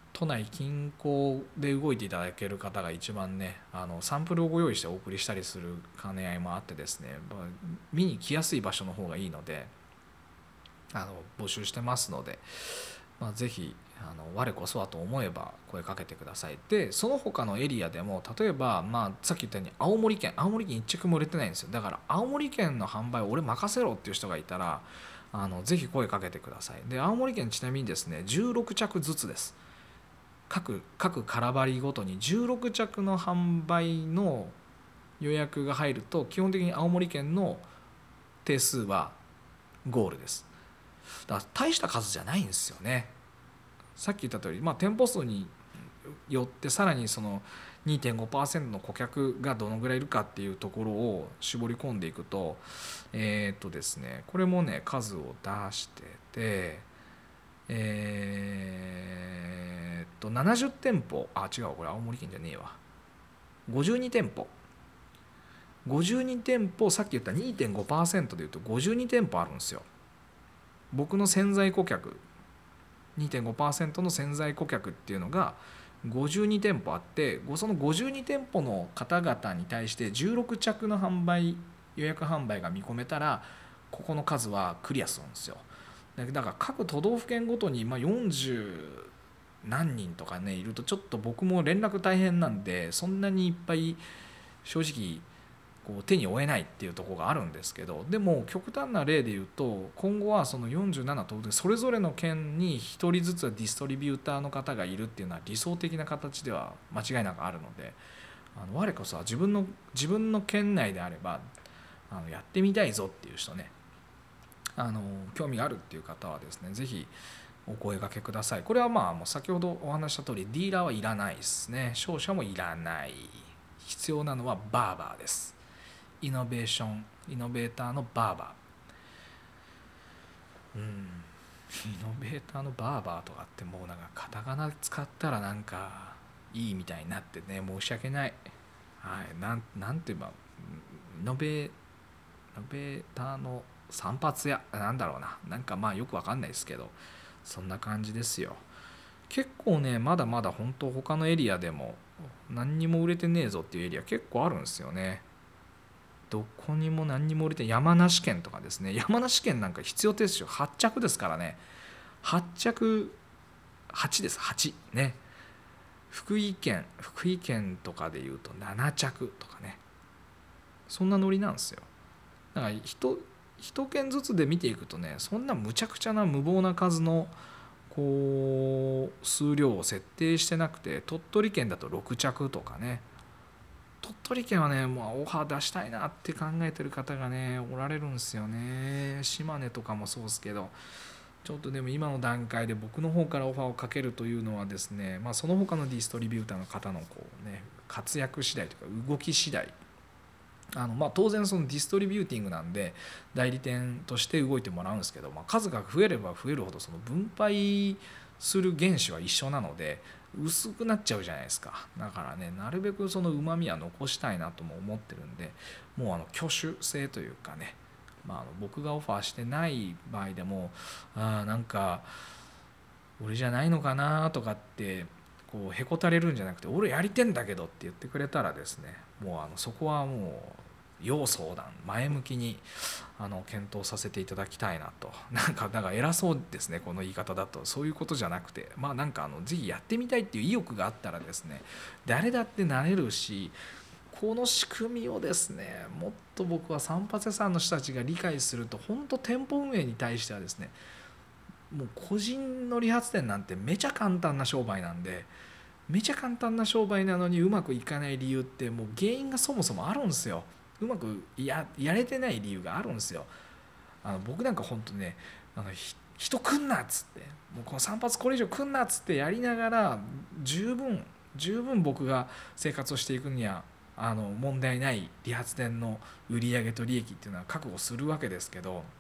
都内近郊で動いていただける方が一番ねサンプルをご用意してお送りしたりする兼ね合いもあってですね、見に来やすい場所の方がいいので募集してますので、ぜひ我こそはと思えば声かけてください。でその他のエリアでも例えば、さっき言ったように青森県1着も売れてないんですよ。だから青森県の販売を俺任せろっていう人がいたらぜひ声かけてください。で青森県ちなみにですね16着ずつです。各空張りごとに16着の販売の予約が入ると基本的に青森県の定数はゴールです。だから大した数じゃないんですよね。さっき言った通り、店舗数によってさらにその 2.5% の顧客がどのぐらいいるかっていうところを絞り込んでいくとですねこれもね数を出してて70店舗違うこれ青森県じゃねえわ52店舗さっき言った 2.5% でいうと52店舗あるんですよ。僕の潜在顧客 2.5% の潜在顧客っていうのが52店舗あってその52店舗の方々に対して16着の予約販売が見込めたらここの数はクリアするんですよ。だから各都道府県ごとに40何人とかねいるとちょっと僕も連絡大変なんでそんなにいっぱい正直手に負えないっていうところがあるんですけど、でも極端な例で言うと今後はその47都道府県それぞれの県に1人ずつディストリビューターの方がいるっていうのは理想的な形では間違いなくあるので我こそは自分の県内であればやってみたいぞっていう人ね興味があるっていう方はですねぜひお声掛けください。これはもう先ほどお話した通りディーラーはいらないですね。商社もいらない。必要なのはバーバーです。イノベーターのバーバーイノベーターのバーバーとかってもうなんかカタカナ使ったらなんかいいみたいになってね申し訳ない。なんて言えばイノベーターの散髪屋なんだろうななんかよくわかんないですけどそんな感じですよ。結構ねまだまだ本当他のエリアでも何にも売れてねえぞっていうエリア結構あるんですよね。どこにも何にも売れて山梨県とかですね山梨県なんか必要ですよ。8着ですからね8着8です8ね。福井県とかでいうと7着とかねそんなノリなんですよ。だから一県ずつで見ていくとねそんなむちゃくちゃな無謀な数の数量を設定してなくて鳥取県だと6着とかね鳥取県はねオファー出したいなって考えてる方がねおられるんですよね。島根とかもそうですけどちょっとでも今の段階で僕の方からオファーをかけるというのはですねその他のディストリビューターの方の活躍次第というか動き次第当然そのディストリビューティングなんで代理店として動いてもらうんですけど、数が増えれば増えるほどその分配する原資は一緒なので薄くなっちゃうじゃないですか。だからねなるべくそのうまみは残したいなとも思ってるんでもう挙手制というかね、僕がオファーしてない場合でもなんか俺じゃないのかなとかってへこたれるんじゃなくて俺やりてんだけどって言ってくれたらですねもうそこはもう要相談前向きに検討させていただきたいなと。なんか偉そうですねこの言い方だと。そういうことじゃなくてなんかぜひやってみたいっていう意欲があったらですね誰だってなれるしこの仕組みをですねもっと僕は散髪屋さんの人たちが理解すると本当店舗運営に対してはですねもう個人の理髪店なんてめちゃ簡単な商売なんでめちゃ簡単な商売なのにうまくいかない理由ってもう原因がそもそもあるんですよ。うまくやれてない理由があるんですよ。僕なんか本当ね人来んなっつってもうこの散髪これ以上来んなっつってやりながら十分僕が生活をしていくには問題ない理髪店の売上と利益っていうのは覚悟するわけですけど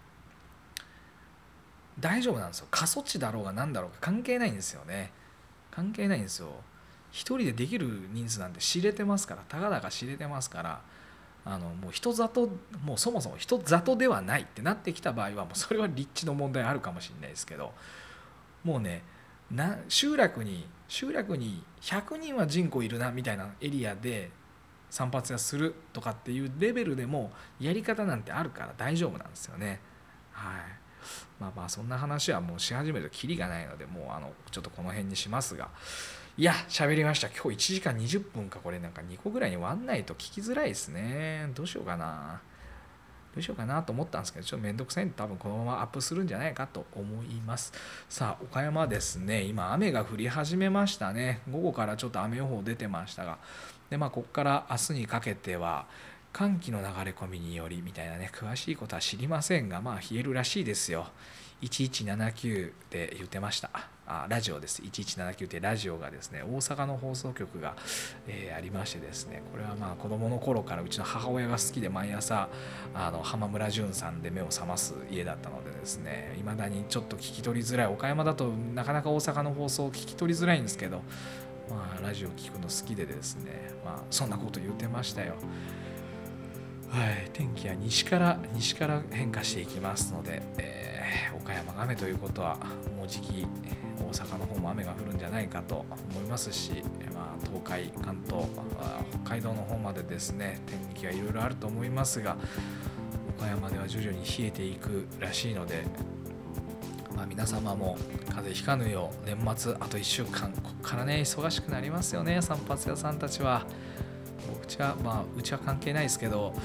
大丈夫なんですよ。過疎地だろうが何だろうが関係ないんですよね。関係ないんですよ。一人でできる人数なんて知れてますからたかだか知れてますからもう人里もうそもそも人里ではないってなってきた場合はもうそれは立地の問題あるかもしれないですけどもうね集落に100人は人口いるなみたいなエリアで散髪屋するとかっていうレベルでもやり方なんてあるから大丈夫なんですよね。はい、まあそんな話はもうし始めるとキリがないので、もうちょっとこの辺にしますが、いや喋りました。今日1時間20分か。これなんか2個ぐらいに割んないと聞きづらいですね。どうしようかなと思ったんですけど、ちょっとめんどくさいんで多分このままアップするんじゃないかと思います。さあ岡山ですね、今雨が降り始めましたね。午後からちょっと雨予報出てましたが、でここから明日にかけては寒気の流れ込みによりみたいなね、詳しいことは知りませんが、冷えるらしいですよ。1179で言ってました。ラジオです。1179ってラジオがですね、大阪の放送局が、ありましてですね、これは子供の頃からうちの母親が好きで、毎朝浜村淳さんで目を覚ます家だったのでですね、いまだにちょっと聞き取りづらい、岡山だとなかなか大阪の放送聞き取りづらいんですけど、ラジオ聞くの好きでですね、そんなこと言ってましたよ。はい、天気は西から変化していきますので、岡山が雨ということはもうじき大阪の方も雨が降るんじゃないかと思いますし、東海、関東、北海道の方までですね、天気はいろいろあると思いますが、岡山では徐々に冷えていくらしいので、皆様も風邪ひかぬよう、年末あと1週間ここからね忙しくなりますよね。散髪屋さんたちは。うちは関係ないですけど、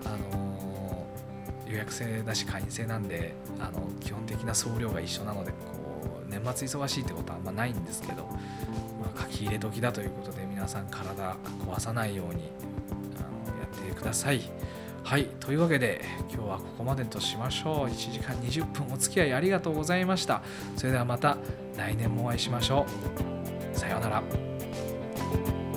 予約制だし会員制なんで、基本的な送料が一緒なので、年末忙しいってことはあんまないんですけど、書き入れ時だということで、皆さん体壊さないようにやってください。はい、というわけで今日はここまでとしましょう。1時間20分お付き合いありがとうございました。それではまた来年もお会いしましょう。さようなら。